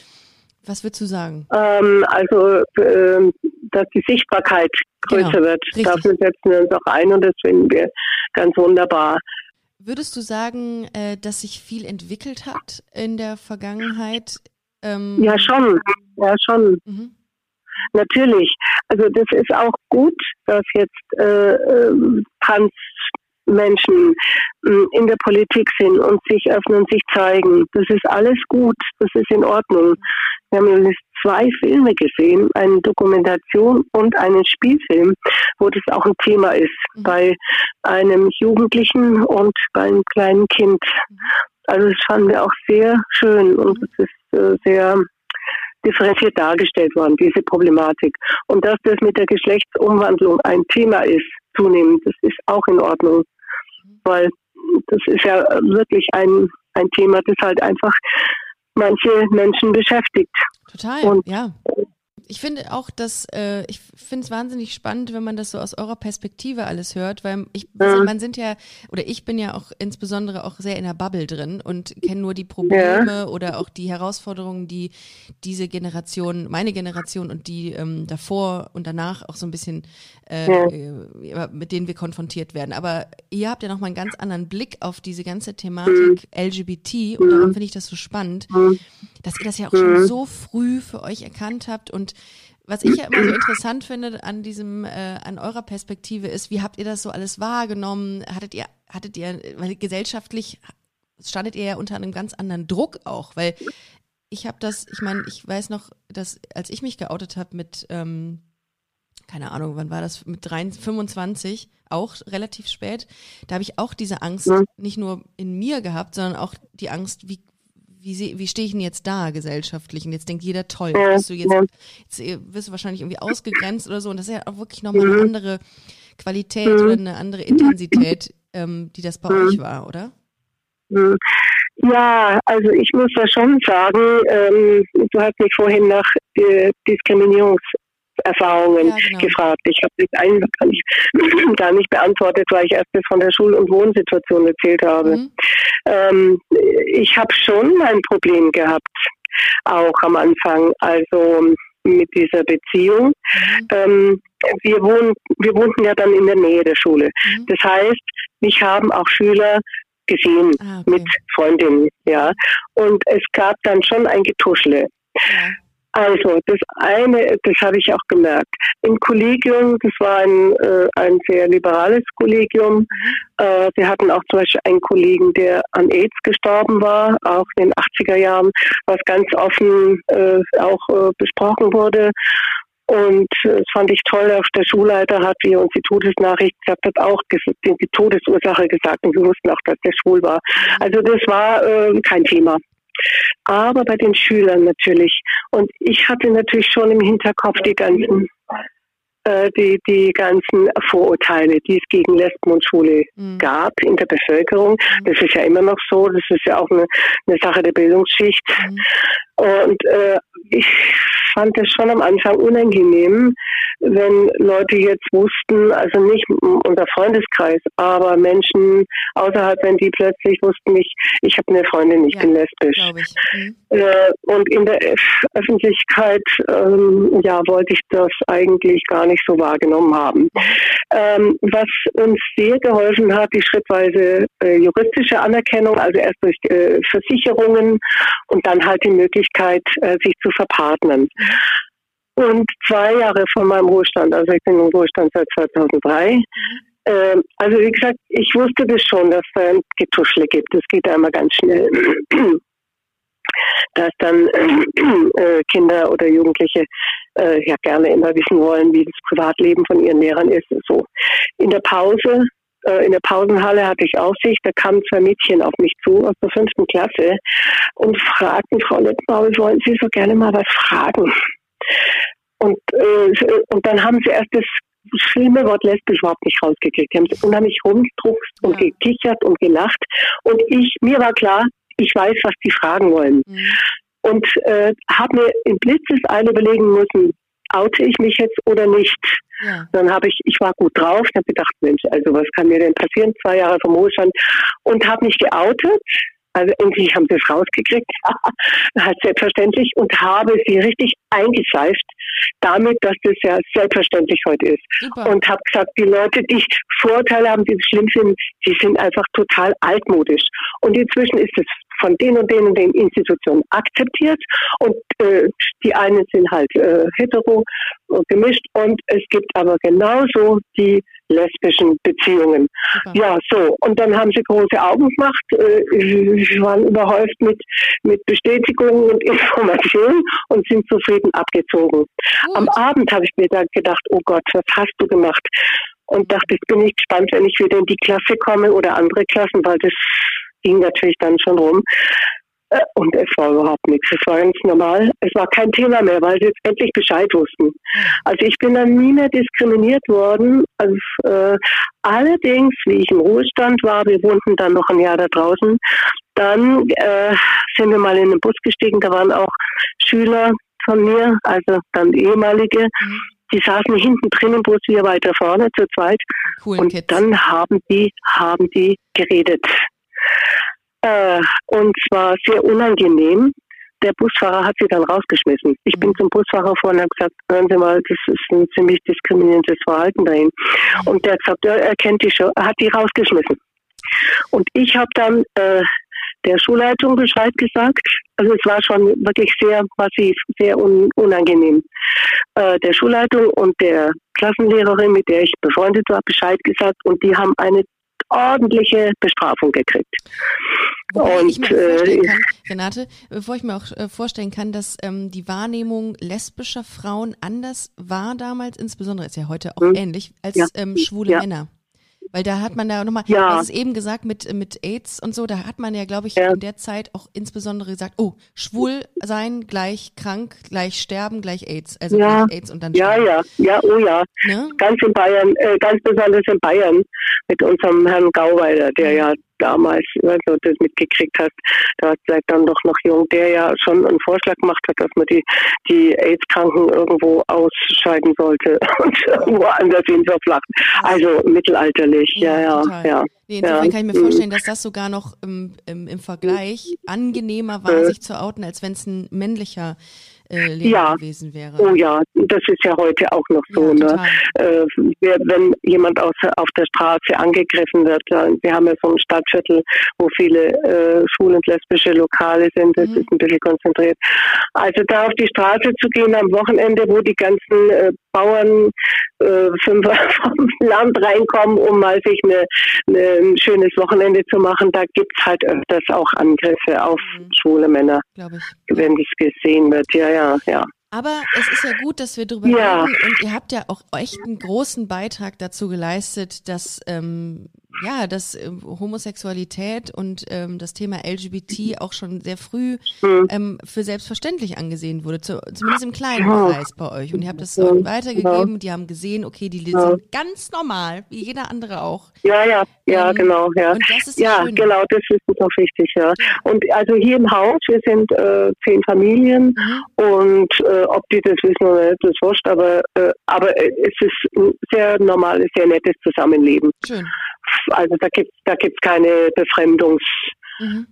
Was würdest du sagen? Ähm, also, äh, dass die Sichtbarkeit größer Genau, wird. richtig. Dafür setzen wir uns auch ein und das finden wir ganz wunderbar. Würdest du sagen, äh, dass sich viel entwickelt hat in der Vergangenheit? Ähm, Ja, schon. Ja, schon. Mhm. Natürlich. Also das ist auch gut, dass jetzt äh, äh, Transmenschen äh, in der Politik sind und sich öffnen und sich zeigen. Das ist alles gut. Das ist in Ordnung. Wir haben jetzt zwei Filme gesehen, eine Dokumentation und einen Spielfilm, wo das auch ein Thema ist, mhm. bei einem Jugendlichen und bei einem kleinen Kind. Mhm. Also das fanden wir auch sehr schön und es ist äh, sehr differenziert dargestellt worden, diese Problematik. Und dass das mit der Geschlechtsumwandlung ein Thema ist, zunehmend, das ist auch in Ordnung. Weil das ist ja wirklich ein, ein Thema, das halt einfach manche Menschen beschäftigt. Total, und ja. Ich finde auch, dass äh, ich finde es wahnsinnig spannend, wenn man das so aus eurer Perspektive alles hört, weil ich, also man sind ja, oder ich bin ja auch insbesondere auch sehr in der Bubble drin und kenne nur die Probleme ja. oder auch die Herausforderungen, die diese Generation, meine Generation und die ähm, davor und danach auch so ein bisschen äh, ja. mit denen wir konfrontiert werden. Aber ihr habt ja nochmal einen ganz anderen Blick auf diese ganze Thematik mhm. L G B T und darum finde ich das so spannend, mhm. dass ihr das ja auch schon mhm. so früh für euch erkannt habt. Und was ich ja immer so interessant finde an diesem, äh, an eurer Perspektive ist, wie habt ihr das so alles wahrgenommen? Hattet ihr, hattet ihr, weil gesellschaftlich standet ihr ja unter einem ganz anderen Druck auch, weil ich habe das, ich meine, ich weiß noch, dass als ich mich geoutet habe mit, ähm, keine Ahnung, wann war das, mit fünfundzwanzig, auch relativ spät, da habe ich auch diese Angst ja. nicht nur in mir gehabt, sondern auch die Angst, wie Wie, wie stehe ich denn jetzt da gesellschaftlich? Und jetzt denkt jeder, toll, ja, bist du jetzt, ja. jetzt wirst du wahrscheinlich irgendwie ausgegrenzt oder so. Und das ist ja auch wirklich nochmal eine andere Qualität mhm. oder eine andere Intensität, ähm, die das bei mhm. euch war, oder? Ja, also ich muss da schon sagen, ähm, du hast mich vorhin nach äh, Diskriminierungserfahrungen ja, genau. gefragt. Ich habe das eigentlich gar nicht, gar nicht beantwortet, weil ich erst das von der Schul- und Wohnsituation erzählt habe. Mhm. Ähm, ich habe schon ein Problem gehabt, auch am Anfang, also mit dieser Beziehung. Mhm. Ähm, wir, wohn, wir wohnten ja dann in der Nähe der Schule. Mhm. Das heißt, mich haben auch Schüler gesehen ah, okay. mit Freundinnen, ja. Und es gab dann schon ein Getuschle. Ja. Also das eine, das habe ich auch gemerkt. Im Kollegium, das war ein, äh, ein sehr liberales Kollegium. Mhm. Äh, wir hatten auch zum Beispiel einen Kollegen, der an AIDS gestorben war, auch in den achtziger Jahren, was ganz offen äh, auch äh, besprochen wurde. Und das fand ich toll, auch der Schulleiter hat, wie er uns die Todesnachricht gesagt hat, auch die, die Todesursache gesagt und wir wussten auch, dass der schwul war. Also das war äh, kein Thema. Aber bei den Schülern natürlich. Und ich hatte natürlich schon im Hinterkopf die ganzen, äh, die, die ganzen Vorurteile, die es gegen Lesben und Schwule mhm. gab in der Bevölkerung. Das ist ja immer noch so. Das ist ja auch eine, eine Sache der Bildungsschicht. Mhm. Und äh, ich fand es schon am Anfang unangenehm, wenn Leute jetzt wussten, also nicht unser Freundeskreis, aber Menschen außerhalb, wenn die plötzlich wussten, ich, ich habe eine Freundin, ich ja, bin lesbisch. Ich. Mhm. Äh, und in der Öffentlichkeit, ähm, ja, wollte ich das eigentlich gar nicht so wahrgenommen haben. Ähm, was uns sehr geholfen hat, die schrittweise äh, juristische Anerkennung, also erst durch äh, Versicherungen und dann halt die Möglichkeit, äh, sich zu verpartnern. Mhm. Und zwei Jahre vor meinem Ruhestand, also ich bin im Ruhestand seit zweitausenddrei. Mhm. Ähm, also wie gesagt, ich wusste das schon, dass es ein Getuschle gibt. Das geht einmal ganz schnell. Dass dann äh, Kinder oder Jugendliche äh, ja gerne immer wissen wollen, wie das Privatleben von ihren Lehrern ist. So. In der Pause, äh, in der Pausenhalle hatte ich Aufsicht, da kamen zwei Mädchen auf mich zu aus der fünften Klasse und fragten, Frau Lettenbauer, wollen Sie so gerne mal was fragen? Und, äh, und dann haben sie erst das schlimme Wort lesbisch überhaupt nicht rausgekriegt. Die haben sich unheimlich rumgedruckst und ja. gekichert und gelacht. Und ich, mir war klar, ich weiß, was die fragen wollen. Mhm. Und äh, habe mir in Blitzeseile überlegen müssen, oute ich mich jetzt oder nicht? Ja. Dann habe ich, ich war gut drauf, habe gedacht, Mensch, also was kann mir denn passieren? Zwei Jahre vom Ruhestand und habe mich geoutet. Also endlich haben sie es rausgekriegt, halt selbstverständlich, und habe sie richtig eingeseift damit, dass das ja selbstverständlich heute ist. Super. Und habe gesagt, die Leute, die Vorurteile haben, die schlimm sind, die sind einfach total altmodisch. Und inzwischen ist es von den und den und den Institutionen akzeptiert und äh, die einen sind halt äh, hetero äh, gemischt und es gibt aber genauso die lesbischen Beziehungen. Super. Ja, so. Und dann haben sie große Augen gemacht. Äh, sie waren überhäuft mit, mit Bestätigungen und Informationen und sind zufrieden abgezogen. Gut. Am Abend habe ich mir dann gedacht, oh Gott, was hast du gemacht? Und dachte, jetzt bin ich gespannt, wenn ich wieder in die Klasse komme oder andere Klassen, weil das ging natürlich dann schon rum. Und es war überhaupt nichts. Es war ganz normal. Es war kein Thema mehr, weil sie jetzt endlich Bescheid wussten. Also ich bin dann nie mehr diskriminiert worden. Also, äh, allerdings, wie ich im Ruhestand war, wir wohnten dann noch ein Jahr da draußen, dann äh, sind wir mal in den Bus gestiegen. Da waren auch Schüler von mir, also dann ehemalige. Mhm. Die saßen hinten drin im Bus, wir weiter vorne zu zweit. Cool, und Kids. Dann haben die, haben die geredet. Äh, und zwar sehr unangenehm. Der Busfahrer hat sie dann rausgeschmissen. Ich bin zum Busfahrer vor und habe gesagt, hören Sie mal, das ist ein ziemlich diskriminierendes Verhalten dahin. Und der hat gesagt, ja, er kennt die schon, er hat die rausgeschmissen. Und ich habe dann äh, der Schulleitung Bescheid gesagt. Also es war schon wirklich sehr massiv, sehr un- unangenehm. Äh, der Schulleitung und der Klassenlehrerin, mit der ich befreundet war, Bescheid gesagt und die haben eine ordentliche Bestrafung gekriegt. Wobei und, ich mir vorstellen kann, Renate, bevor ich mir auch äh, vorstellen kann, dass ähm, die Wahrnehmung lesbischer Frauen anders war damals, insbesondere ist ja heute auch hm. ähnlich, als ja. ähm, schwule ja. Männer. Weil da hat man da nochmal, ja. du hast es eben gesagt mit, mit AIDS und so, da hat man ja, glaube ich, ja. in der Zeit auch insbesondere gesagt, oh, schwul sein gleich krank, gleich sterben, gleich AIDS. Also ja. gleich AIDS und dann ja, sterben. Ja, ja, oh ja. Ne? Ganz in Bayern, äh, ganz besonders in Bayern mit unserem Herrn Gauweiler, der mhm. ja damals, wenn du das mitgekriegt hast, da war vielleicht dann doch noch jung, der ja schon einen Vorschlag gemacht hat, dass man die, die AIDS-Kranken irgendwo ausscheiden sollte und irgendwo anders hin verflacht. Also mittelalterlich, ja, ja, ja. ja. Nee, insofern ja. kann ich mir vorstellen, dass das sogar noch im, im, im Vergleich angenehmer war, äh. sich zu outen, als wenn es ein männlicher äh, Lehrer ja. gewesen wäre. Oh ja, das ist ja heute auch noch so. Ja, ne? äh, wenn jemand aus, auf der Straße angegriffen wird, wir haben ja so ein Stadtviertel, wo viele äh, schwul- und lesbische Lokale sind, das mhm. ist ein bisschen konzentriert. Also da auf die Straße zu gehen am Wochenende, wo die ganzen äh, Bauern äh, vom Land reinkommen, um mal sich eine, eine, ein schönes Wochenende zu machen, da gibt es halt öfters auch Angriffe auf mhm. schwule Männer, wenn das gesehen wird. Ja, ja, ja. Aber es ist ja gut, dass wir drüber ja. reden und ihr habt ja auch echt einen großen Beitrag dazu geleistet, dass ähm, ja, dass äh, Homosexualität und ähm, das Thema L G B T auch schon sehr früh mhm. ähm, für selbstverständlich angesehen wurde, zu, zumindest im kleinen ja. Kreis bei euch. Und ihr habt das so weitergegeben, ja. die haben gesehen, okay, die ja. sind ganz normal, wie jeder andere auch. Ja, ja, ja, ähm, genau. Ja, und das ist ja schön. Genau, das ist auch wichtig, ja. Und also hier im Haus, wir sind äh, zehn Familien mhm. und äh, ob die das wissen oder nicht, das ist wurscht, aber, äh, aber es ist ein sehr normales, sehr nettes Zusammenleben. Schön. Also da gibt da gibt's keine Befremdungsverhaltensweisen.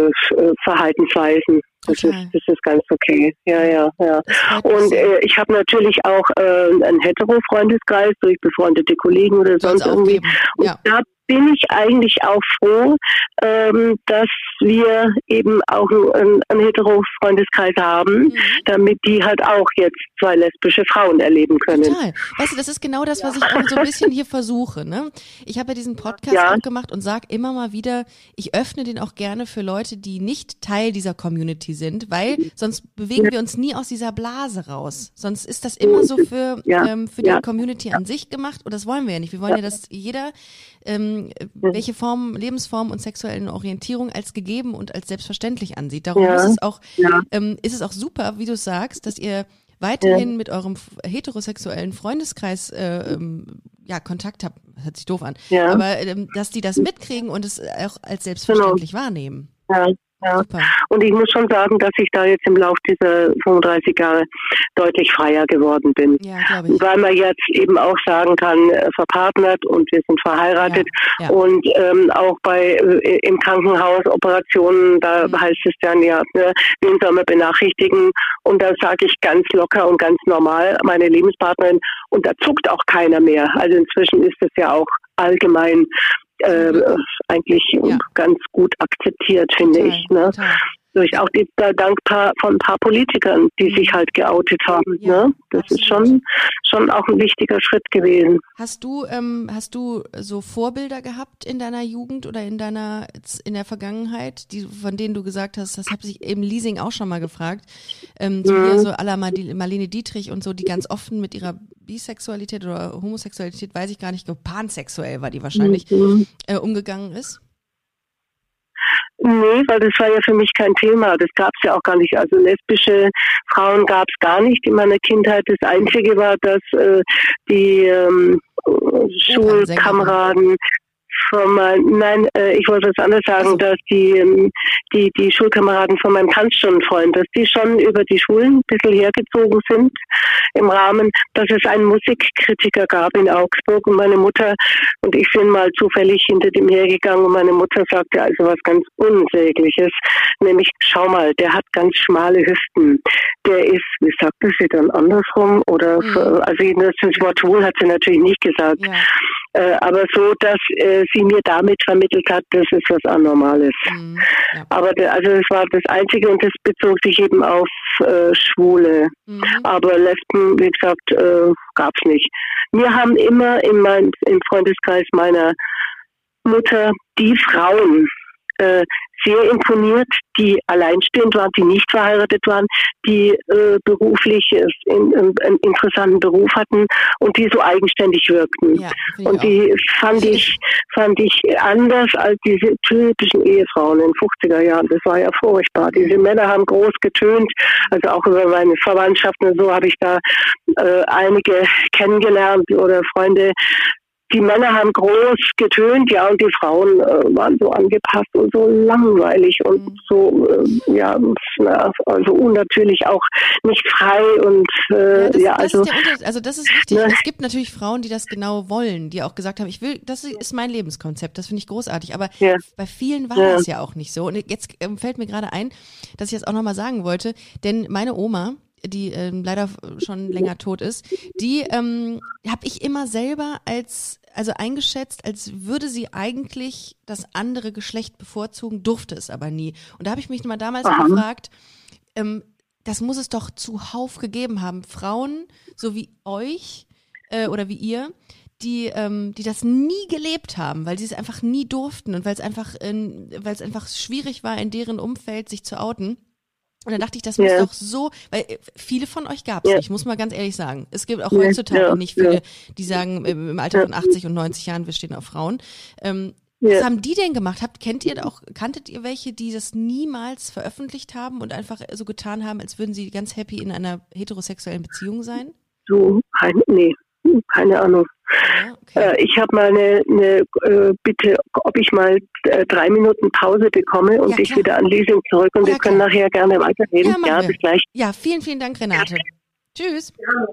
Mhm. Äh, das ist das ist ganz okay. Ja, ja, ja. Und äh, ich habe natürlich auch äh, einen hetero-Freundeskreis durch befreundete Kollegen oder sonst irgendwie. Und ja. da bin ich eigentlich auch froh, ähm, dass wir eben auch einen, einen hetero-Freundeskreis haben, mhm. damit die halt auch jetzt zwei lesbische Frauen erleben können. Total. Weißt du, das ist genau das, was ich auch so ein bisschen hier versuche. Ne? Ich habe ja diesen Podcast ja. auch gemacht und sage immer mal wieder, ich öffne den auch gerne für Leute, die nicht Teil dieser Community sind, weil sonst bewegen wir uns nie aus dieser Blase raus. Sonst ist das immer so für, ja. ähm, für die ja. Community an sich gemacht und das wollen wir ja nicht. Wir wollen ja, ja dass jeder ähm, welche Form, Lebensform und sexuellen Orientierung als gegeben und als selbstverständlich ansieht. Darum ja. ist es auch, ja. ähm, ist es auch super, wie du sagst, dass ihr weiterhin ja. mit eurem heterosexuellen Freundeskreis äh, ähm, ja, Kontakt habt. Das hört sich doof an. Ja. Aber ähm, dass die das mitkriegen und es auch als selbstverständlich genau. wahrnehmen. Ja. Ja. Super. Und ich muss schon sagen, dass ich da jetzt im Laufe dieser fünfunddreißig Jahre deutlich freier geworden bin. Ja, glaube ich. Weil man jetzt eben auch sagen kann, äh, verpartnert und wir sind verheiratet. Ja, ja. Und ähm, auch bei äh, im Krankenhaus Operationen, da mhm. heißt es dann ja, ne, wen soll man benachrichtigen? Und da sage ich ganz locker und ganz normal, meine Lebenspartnerin, und da zuckt auch keiner mehr. Also inzwischen ist es ja auch allgemein Äh, eigentlich ja. ganz gut akzeptiert, finde total, ich. Ne? Durch auch die, dank paar, von ein paar Politikern, die mhm. sich halt geoutet haben. Ja, ne? Das absolut. ist schon schon auch ein wichtiger Schritt gewesen. Hast du ähm, hast du so Vorbilder gehabt in deiner Jugend oder in deiner in der Vergangenheit, die von denen du gesagt hast, das habe ich eben Liesing auch schon mal gefragt, ähm, so, mhm. so à la Marlene Dietrich und so, die ganz offen mit ihrer Bisexualität oder Homosexualität, weiß ich gar nicht, pansexuell war die wahrscheinlich, mhm. äh, umgegangen ist? Nee, weil das war ja für mich kein Thema. Das gab es ja auch gar nicht. Also lesbische Frauen gab es gar nicht in meiner Kindheit. Das Einzige war, dass äh, die ähm, Schulkameraden von meinem, nein, äh, ich wollte was anderes sagen, also. dass die, ähm, die die Schulkameraden von meinem Tanzstundenfreund, dass die schon über die Schulen ein bisschen hergezogen sind im Rahmen, dass es einen Musikkritiker gab in Augsburg und meine Mutter und ich sind mal zufällig hinter dem hergegangen und meine Mutter sagte also was ganz Unsägliches, nämlich, schau mal, der hat ganz schmale Hüften. Der ist, wie sagt das sie dann, andersrum? Oder, mhm. also das Wort wohl hat sie natürlich nicht gesagt. Ja. Äh, aber so, dass äh, sie mir damit vermittelt hat, das ist was Anormales. Mhm. Ja. Aber der, also das war das Einzige und das bezog sich eben auf äh, Schwule. Mhm. Aber Lesben, wie gesagt, äh, gab's nicht. Wir haben immer in mein, im Freundeskreis meiner Mutter die Frauen äh, sehr imponiert, die alleinstehend waren, die nicht verheiratet waren, die äh, beruflich äh, in, in, einen interessanten Beruf hatten und die so eigenständig wirkten. Ja, und die fand ich fand ich anders als diese typischen Ehefrauen in den fünfziger Jahren. Das war ja furchtbar. Diese Männer haben groß getönt, also auch über meine Verwandtschaften und so habe ich da äh, einige kennengelernt oder Freunde. Die Männer haben groß getönt, ja, und die Frauen äh, waren so angepasst und so langweilig und mhm. so, äh, ja, na, also unnatürlich auch nicht frei und, äh, ja, das, ja das also. Ist der Unter- also, das ist wichtig. Ne? Es gibt natürlich Frauen, die das genau wollen, die auch gesagt haben, ich will, das ist mein Lebenskonzept, das finde ich großartig, aber ja. bei vielen war ja. das ja auch nicht so. Und jetzt ähm, fällt mir gerade ein, dass ich das auch nochmal sagen wollte, denn meine Oma, die ähm, leider schon länger tot ist, die ähm, habe ich immer selber als, also eingeschätzt, als würde sie eigentlich das andere Geschlecht bevorzugen, durfte es aber nie. Und da habe ich mich mal damals Aha. gefragt, ähm, das muss es doch zuhauf gegeben haben. Frauen, so wie euch äh, oder wie ihr, die ähm, die das nie gelebt haben, weil sie es einfach nie durften und weil es einfach, in, weil es einfach schwierig war, in deren Umfeld sich zu outen. Und dann dachte ich, das muss yeah. doch so, weil viele von euch gab es yeah. nicht, muss man ganz ehrlich sagen. Es gibt auch heutzutage yeah. nicht viele, die sagen, im Alter von achtzig und neunzig Jahren, wir stehen auf Frauen. Ähm, yeah. Was haben die denn gemacht? Habt, kennt ihr auch, kanntet ihr welche, die das niemals veröffentlicht haben und einfach so getan haben, als würden sie ganz happy in einer heterosexuellen Beziehung sein? So, nee, keine Ahnung. Ja, okay. äh, ich habe mal eine, eine äh, Bitte, ob ich mal äh, drei Minuten Pause bekomme und ja, dich wieder an Liesing zurück und ja, wir können klar. nachher gerne weiterreden. Ja, ja bis gleich. Ja, vielen, vielen Dank, Renate. Tschüss.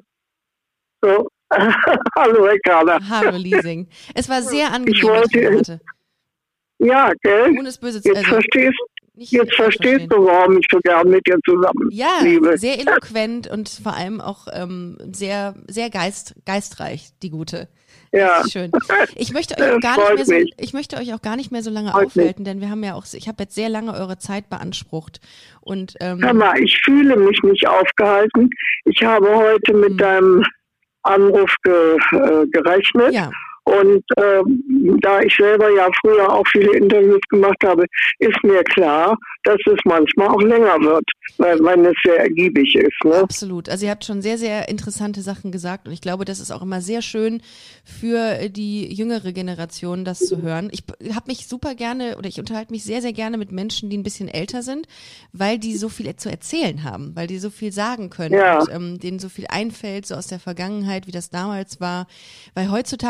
So. Hallo, Herr Kahler. Hallo, Liesing. Es war sehr angenehm, wollte, Renate. Ja, gell? Ohne es böse zu Jetzt also, verstehst Jetzt verstehst du, warum ich so gern mit dir zusammen ja, liebe. Sehr eloquent und vor allem auch ähm, sehr, sehr geist, geistreich, die Gute. Ja. Schön. Ich möchte euch auch gar nicht mehr so, ich möchte euch auch gar nicht mehr so lange Freut aufhalten, mich. Denn wir haben ja auch, ich habe jetzt sehr lange eure Zeit beansprucht. Und ähm, hör mal, ich fühle mich nicht aufgehalten. Ich habe heute mit hm. deinem Anruf ge, äh, gerechnet. Ja. Und ähm, da ich selber ja früher auch viele Interviews gemacht habe, ist mir klar, dass es manchmal auch länger wird, weil, weil es sehr ergiebig ist. Ne? Absolut. Also ihr habt schon sehr, sehr interessante Sachen gesagt und ich glaube, das ist auch immer sehr schön für die jüngere Generation, das zu hören. Ich habe mich super gerne oder ich unterhalte mich sehr, sehr gerne mit Menschen, die ein bisschen älter sind, weil die so viel zu erzählen haben, weil die so viel sagen können ja. und ähm, denen so viel einfällt, so aus der Vergangenheit, wie das damals war. Weil heutzutage, ich meine,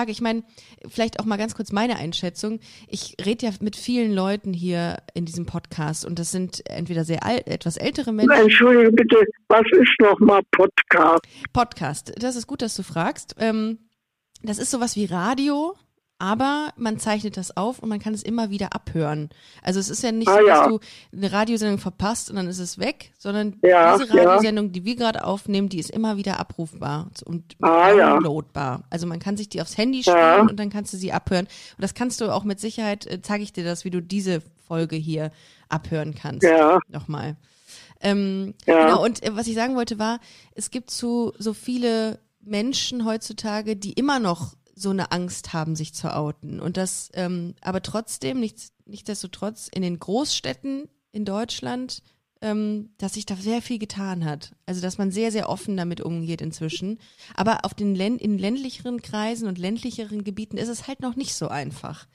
meine, vielleicht auch mal ganz kurz meine Einschätzung. Ich rede ja mit vielen Leuten hier in diesem Podcast und das sind entweder sehr alt, etwas ältere Menschen. Entschuldige bitte, was ist nochmal Podcast? Podcast, das ist gut, dass du fragst. Ähm, das ist sowas wie Radio, aber man zeichnet das auf und man kann es immer wieder abhören. Also es ist ja nicht ah, so, ja. dass du eine Radiosendung verpasst und dann ist es weg, sondern ja, diese Radiosendung, ja. die wir gerade aufnehmen, die ist immer wieder abrufbar und ah, downloadbar. Ja. Also man kann sich die aufs Handy spielen ja. und dann kannst du sie abhören. Und das kannst du auch mit Sicherheit, äh, zeige ich dir das, wie du diese Folge hier abhören kannst. Ja. Nochmal. Ähm, ja. Genau, und äh, was ich sagen wollte war, es gibt so, so viele Menschen heutzutage, die immer noch so eine Angst haben, sich zu outen. Und das, ähm, aber trotzdem, nichts, nichtsdestotrotz, in den Großstädten in Deutschland, ähm, dass sich da sehr viel getan hat. Also, dass man sehr, sehr offen damit umgeht inzwischen. Aber auf den Län- in ländlicheren Kreisen und ländlicheren Gebieten ist es halt noch nicht so einfach.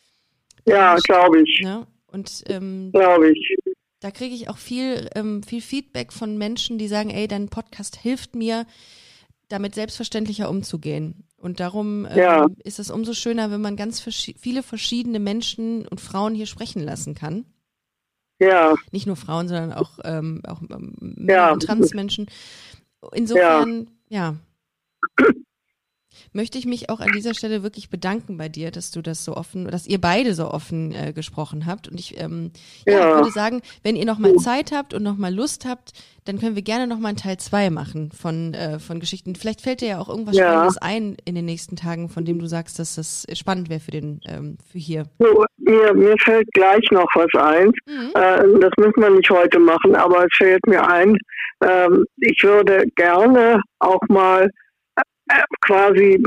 Ja, glaube ich. Ne? Und ähm, glaube ich. Da kriege ich auch viel, ähm, viel Feedback von Menschen, die sagen, ey, dein Podcast hilft mir, damit selbstverständlicher umzugehen. Und darum ähm, ja. ist es umso schöner, wenn man ganz vers- viele verschiedene Menschen und Frauen hier sprechen lassen kann. Ja. Nicht nur Frauen, sondern auch, ähm, auch ähm, Männer ja. und Transmenschen. Insofern, ja. ja, möchte ich mich auch an dieser Stelle wirklich bedanken bei dir, dass du das so offen, dass ihr beide so offen äh, gesprochen habt. Und ich ähm, ja, ja. würde sagen, wenn ihr noch mal Zeit habt und noch mal Lust habt, dann können wir gerne noch mal einen Teil zwei machen von äh, von Geschichten. Vielleicht fällt dir ja auch irgendwas ja. Spannendes ein in den nächsten Tagen, von dem du sagst, dass das spannend wäre für den ähm, für hier. So, mir, mir fällt gleich noch was ein. Mhm. Äh, das müssen wir nicht heute machen, aber es fällt mir ein. Ähm, ich würde gerne auch mal äh, quasi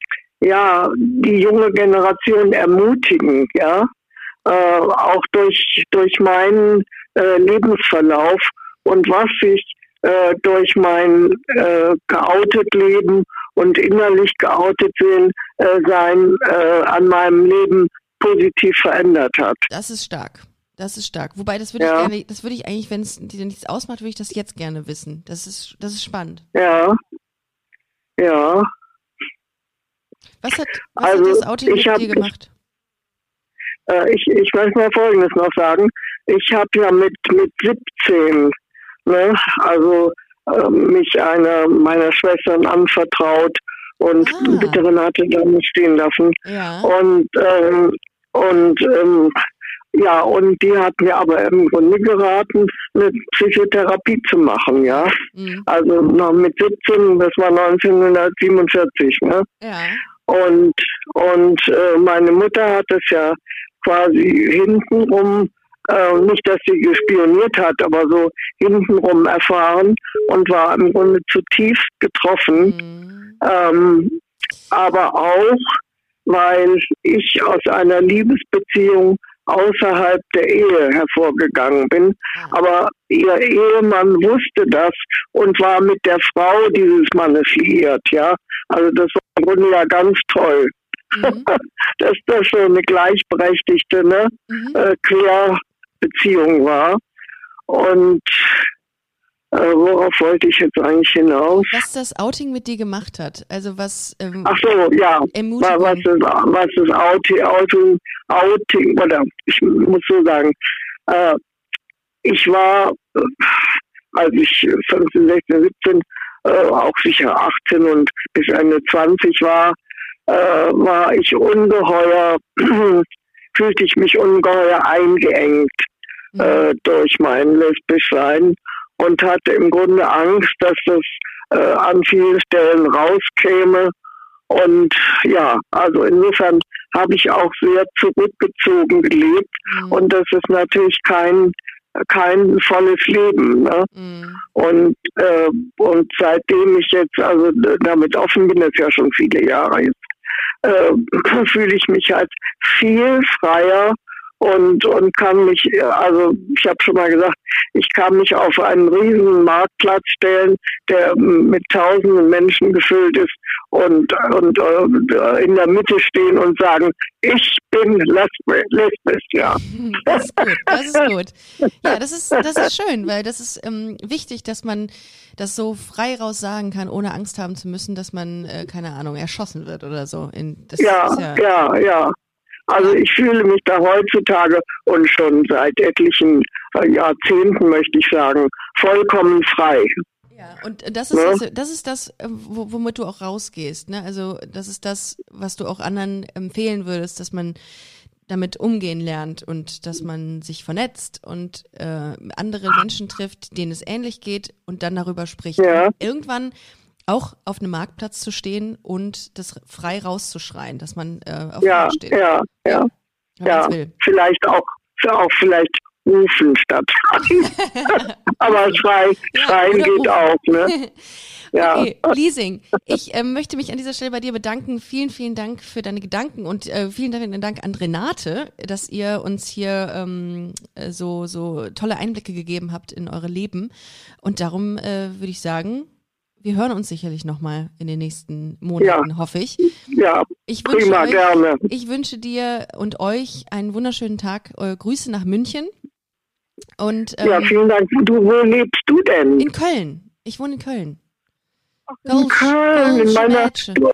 ja die junge Generation ermutigen, ja, äh, auch durch durch meinen äh, Lebensverlauf und was sich äh, durch mein äh, geoutet Leben und innerlich geoutet sein, äh, sein äh, an meinem Leben positiv verändert hat. Das ist stark. Das ist stark. Wobei, das würde ja. ich gerne, das würde ich eigentlich, wenn es dir nichts ausmacht, würde ich das jetzt gerne wissen. Das ist, das ist spannend. Ja. Ja. Was hat, was also, hat das Outing mit hab, dir gemacht? Äh, ich, ich möchte mal Folgendes noch sagen. Ich habe ja mit, mit siebzehn, ne, also äh, mich einer meiner Schwestern anvertraut und ah. bitte Renate da nicht stehen lassen. Ja. Und, ähm, und ähm, ja, und die hat mir aber im Grunde geraten, eine Psychotherapie zu machen, ja. Mhm. Also noch mit siebzehn, das war neunzehnhundertsiebenundvierzig, ne? Ja. Und, und äh, meine Mutter hat es ja quasi hintenrum, äh, nicht, dass sie gespioniert hat, aber so hintenrum erfahren und war im Grunde zutiefst getroffen. Mhm. Ähm, aber auch, weil ich aus einer Liebesbeziehung außerhalb der Ehe hervorgegangen bin. Aber ihr Ehemann wusste das und war mit der Frau dieses Mannes liiert, ja. Also das war im Grunde ja ganz toll. Mhm. Dass das so eine gleichberechtigte, ne, mhm. äh, Querbeziehung war. Und äh, worauf wollte ich jetzt eigentlich hinaus? Was das Outing mit dir gemacht hat, also was ähm, Ach so, ja, was das, was das Outing, Outing, Outing, oder ich muss so sagen, äh, ich war, als ich fünfzehn, sechzehn, siebzehn, äh, auch sicher achtzehn und bis Ende zwanzig war, äh, war ich ungeheuer, fühlte ich mich ungeheuer eingeengt mhm. äh, durch mein Lesbischsein. Und hatte im Grunde Angst, dass das äh, an vielen Stellen rauskäme. Und ja, also insofern habe ich auch sehr zurückgezogen gelebt. Mhm. Und das ist natürlich kein kein volles Leben. Ne? Mhm. Und äh, und seitdem ich jetzt also damit offen bin, das ist ja schon viele Jahre jetzt, äh, fühle ich mich halt viel freier und und kann mich, also ich habe schon mal gesagt, ich kann mich auf einen riesen Marktplatz stellen, der mit tausenden Menschen gefüllt ist und und äh, in der Mitte stehen und sagen, ich bin lesbisch, ja. Das ist gut, das ist gut. Ja, das ist das ist schön, weil das ist ähm, wichtig, dass man das so frei raus sagen kann, ohne Angst haben zu müssen, dass man äh, keine Ahnung erschossen wird oder so. In, das ja, ist ja, ja, ja. Also ich fühle mich da heutzutage und schon seit etlichen äh, Jahrzehnten, möchte ich sagen, vollkommen frei. Ja, und das ist, ne? das, das ist das, wo, womit du auch rausgehst, ne? Also das ist das, was du auch anderen empfehlen würdest, dass man damit umgehen lernt und dass man sich vernetzt und äh, andere Menschen trifft, denen es ähnlich geht und dann darüber spricht. Ja. Irgendwann auch auf einem Marktplatz zu stehen und das frei rauszuschreien, dass man äh, auf ja, steht. Ja, ja, ja. Will. Vielleicht auch, auch vielleicht rufen statt aber schreien, schreien ja, geht rufen. auch, ne? Ja. Okay, Liesing, ich äh, möchte mich an dieser Stelle bei dir bedanken. Vielen, vielen Dank für deine Gedanken und äh, vielen Dank an Renate, dass ihr uns hier ähm, so, so tolle Einblicke gegeben habt in eure Leben. Und darum äh, würde ich sagen, wir hören uns sicherlich nochmal in den nächsten Monaten, ja. hoffe ich. Ja, ich prima, euch, gerne. Ich wünsche dir und euch einen wunderschönen Tag. Eure Grüße nach München. Und, ähm, ja, vielen Dank. Du, wo lebst du denn? In Köln. Ich wohne in Köln. Ach, in Köln, in meiner... Du,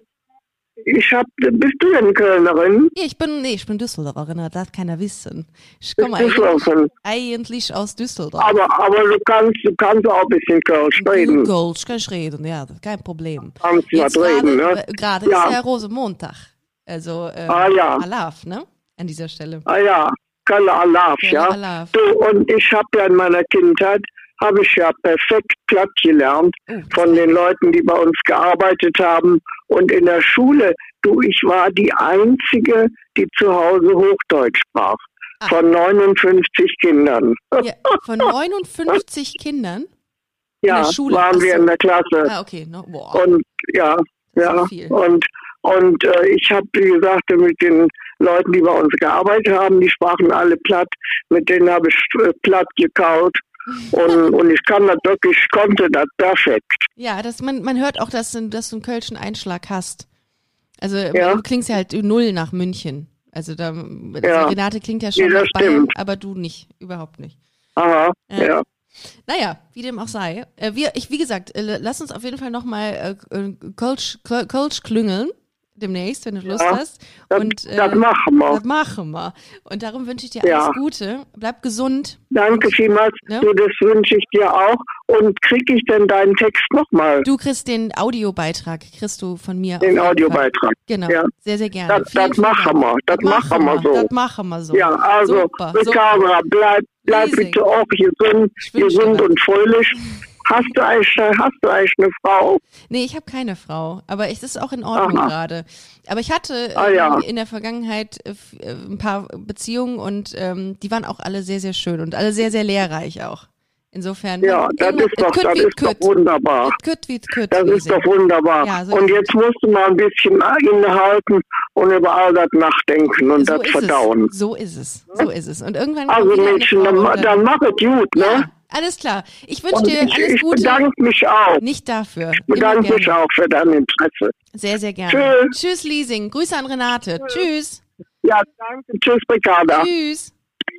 ich hab, bist du denn Kölnerin? Ja, ich bin, nee, ich bin Düsseldorferin, das darf keiner wissen. Ich komme eigentlich, eigentlich aus Düsseldorf. Aber, aber du kannst, du kannst auch ein bisschen Kölsch reden. Kölsch kann ich reden, ja, kein Problem. Kannst du was reden, ne? Gerade ja. ist ja Rosenmontag. Also, äh, ah, ja. Alaf, ne? An dieser Stelle. Ah ja, Kölle Alaf, ja. Alaf. Du, und ich habe ja in meiner Kindheit, habe ich ja perfekt platt gelernt oh, von den Leuten, die bei uns gearbeitet haben. Und in der Schule, du, ich war die Einzige, die zu Hause Hochdeutsch sprach. Ach. Von neunundfünfzig Kindern. Ja, von neunundfünfzig Kindern? Ja, in der Schule? waren wir in der Klasse. Ah, okay. No, boah. Und ja, ja. Und, und äh, ich habe, wie gesagt, mit den Leuten, die bei uns gearbeitet haben, die sprachen alle platt. Mit denen habe ich äh, platt gekaut. und, und ich kann das wirklich, ich konnte das perfekt. Ja, das, man, man hört auch, dass, dass du einen kölschen Einschlag hast. Also ja. du klingst ja halt null nach München. Also da, also ja. Renate klingt ja schon ja, nach Bayern, stimmt. aber du nicht, überhaupt nicht. Aha, äh, ja. Naja, wie dem auch sei. Äh, wir, ich, wie gesagt, äh, lass uns auf jeden Fall nochmal äh, Kölsch, Kölsch klüngeln. Demnächst, wenn du Lust ja, hast. Das, und, äh, das machen wir. Das machen wir. Und darum wünsche ich dir ja. alles Gute. Bleib gesund. Danke und, vielmals. Ne? Du, das wünsche ich dir auch. Und kriege ich denn deinen Text nochmal? Du kriegst den Audiobeitrag, kriegst du von mir. Den Audiobeitrag. Genau, ja. sehr, sehr gerne. Das, das machen wir. Das, das machen wir so. Das machen wir so. Ja, also, super, Ricarda, bleib, bleib bitte auch gesund, gesund und fröhlich. Hast du, eigentlich, hast du eigentlich eine Frau? Nee, ich habe keine Frau, aber es ist auch in Ordnung gerade. Aber ich hatte ah, ähm, ja. in der Vergangenheit äh, ein paar Beziehungen und ähm, die waren auch alle sehr, sehr schön und alle sehr, sehr lehrreich auch. Insofern. Ja, das ist doch, das ist doch wunderbar. Küt wie küt, das ist doch wunderbar. Ja, so und jetzt musst du mal ein bisschen innehalten und über all das nachdenken und so das verdauen. Es. So ist es. So ist es. Und irgendwann. Also Mädchen, dann, dann, dann mach es gut, ne? Ja. Alles klar. Ich wünsche dir ich, alles ich Gute. Ich bedanke mich auch. Nicht dafür. Ich bedanke mich auch für dein Interesse. Sehr, sehr gerne. Tschüss. Tschüss, Liesing. Grüße an Renate. Tschüss. Tschüss. Ja, danke. Tschüss, Ricarda. Tschüss.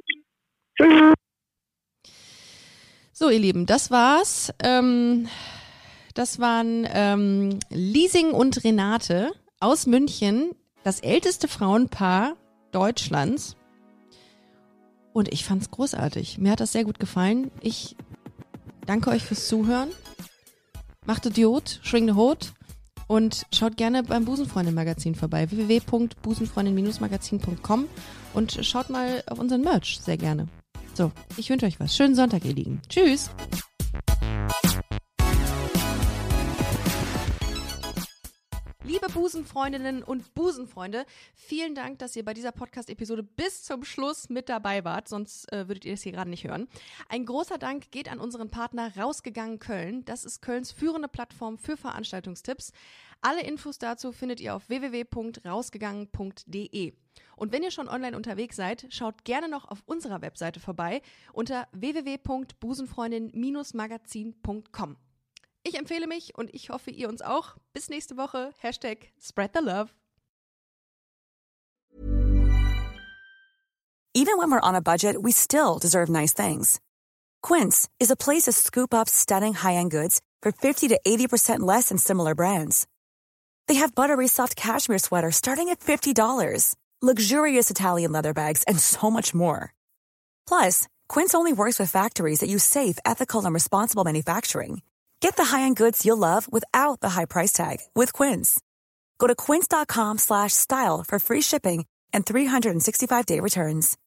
Tschüss. So, ihr Lieben, das war's. Ähm, das waren ähm, Liesing und Renate aus München, das älteste Frauenpaar Deutschlands. Und ich fand's großartig. Mir hat das sehr gut gefallen. Ich danke euch fürs Zuhören. Macht Idiot, schwing de Hut und schaut gerne beim Busenfreundin-Magazin vorbei. w w w punkt busenfreundin Magazin punkt com und schaut mal auf unseren Merch sehr gerne. So, ich wünsche euch was. Schönen Sonntag, ihr Lieben. Tschüss. Liebe Busenfreundinnen und Busenfreunde, vielen Dank, dass ihr bei dieser Podcast-Episode bis zum Schluss mit dabei wart, sonst äh, würdet ihr das hier gerade nicht hören. Ein großer Dank geht an unseren Partner Rausgegangen Köln. Das ist Kölns führende Plattform für Veranstaltungstipps. Alle Infos dazu findet ihr auf w w w punkt rausgegangen punkt d e. Und wenn ihr schon online unterwegs seid, schaut gerne noch auf unserer Webseite vorbei unter w w w punkt busenfreundin magazin punkt com. Ich empfehle mich und ich hoffe, ihr uns auch. Bis nächste Woche. Hashtag Spread the Love. Even when we're on a budget, we still deserve nice things. Quince is a place to scoop up stunning high-end goods for fifty to eighty percent less than similar brands. They have buttery soft cashmere sweaters starting at fifty dollars, luxurious Italian leather bags, and so much more. Plus, Quince only works with factories that use safe, ethical, and responsible manufacturing. Get the high-end goods you'll love without the high price tag with Quince. Go to quince dot com slash style for free shipping and three sixty-five day returns.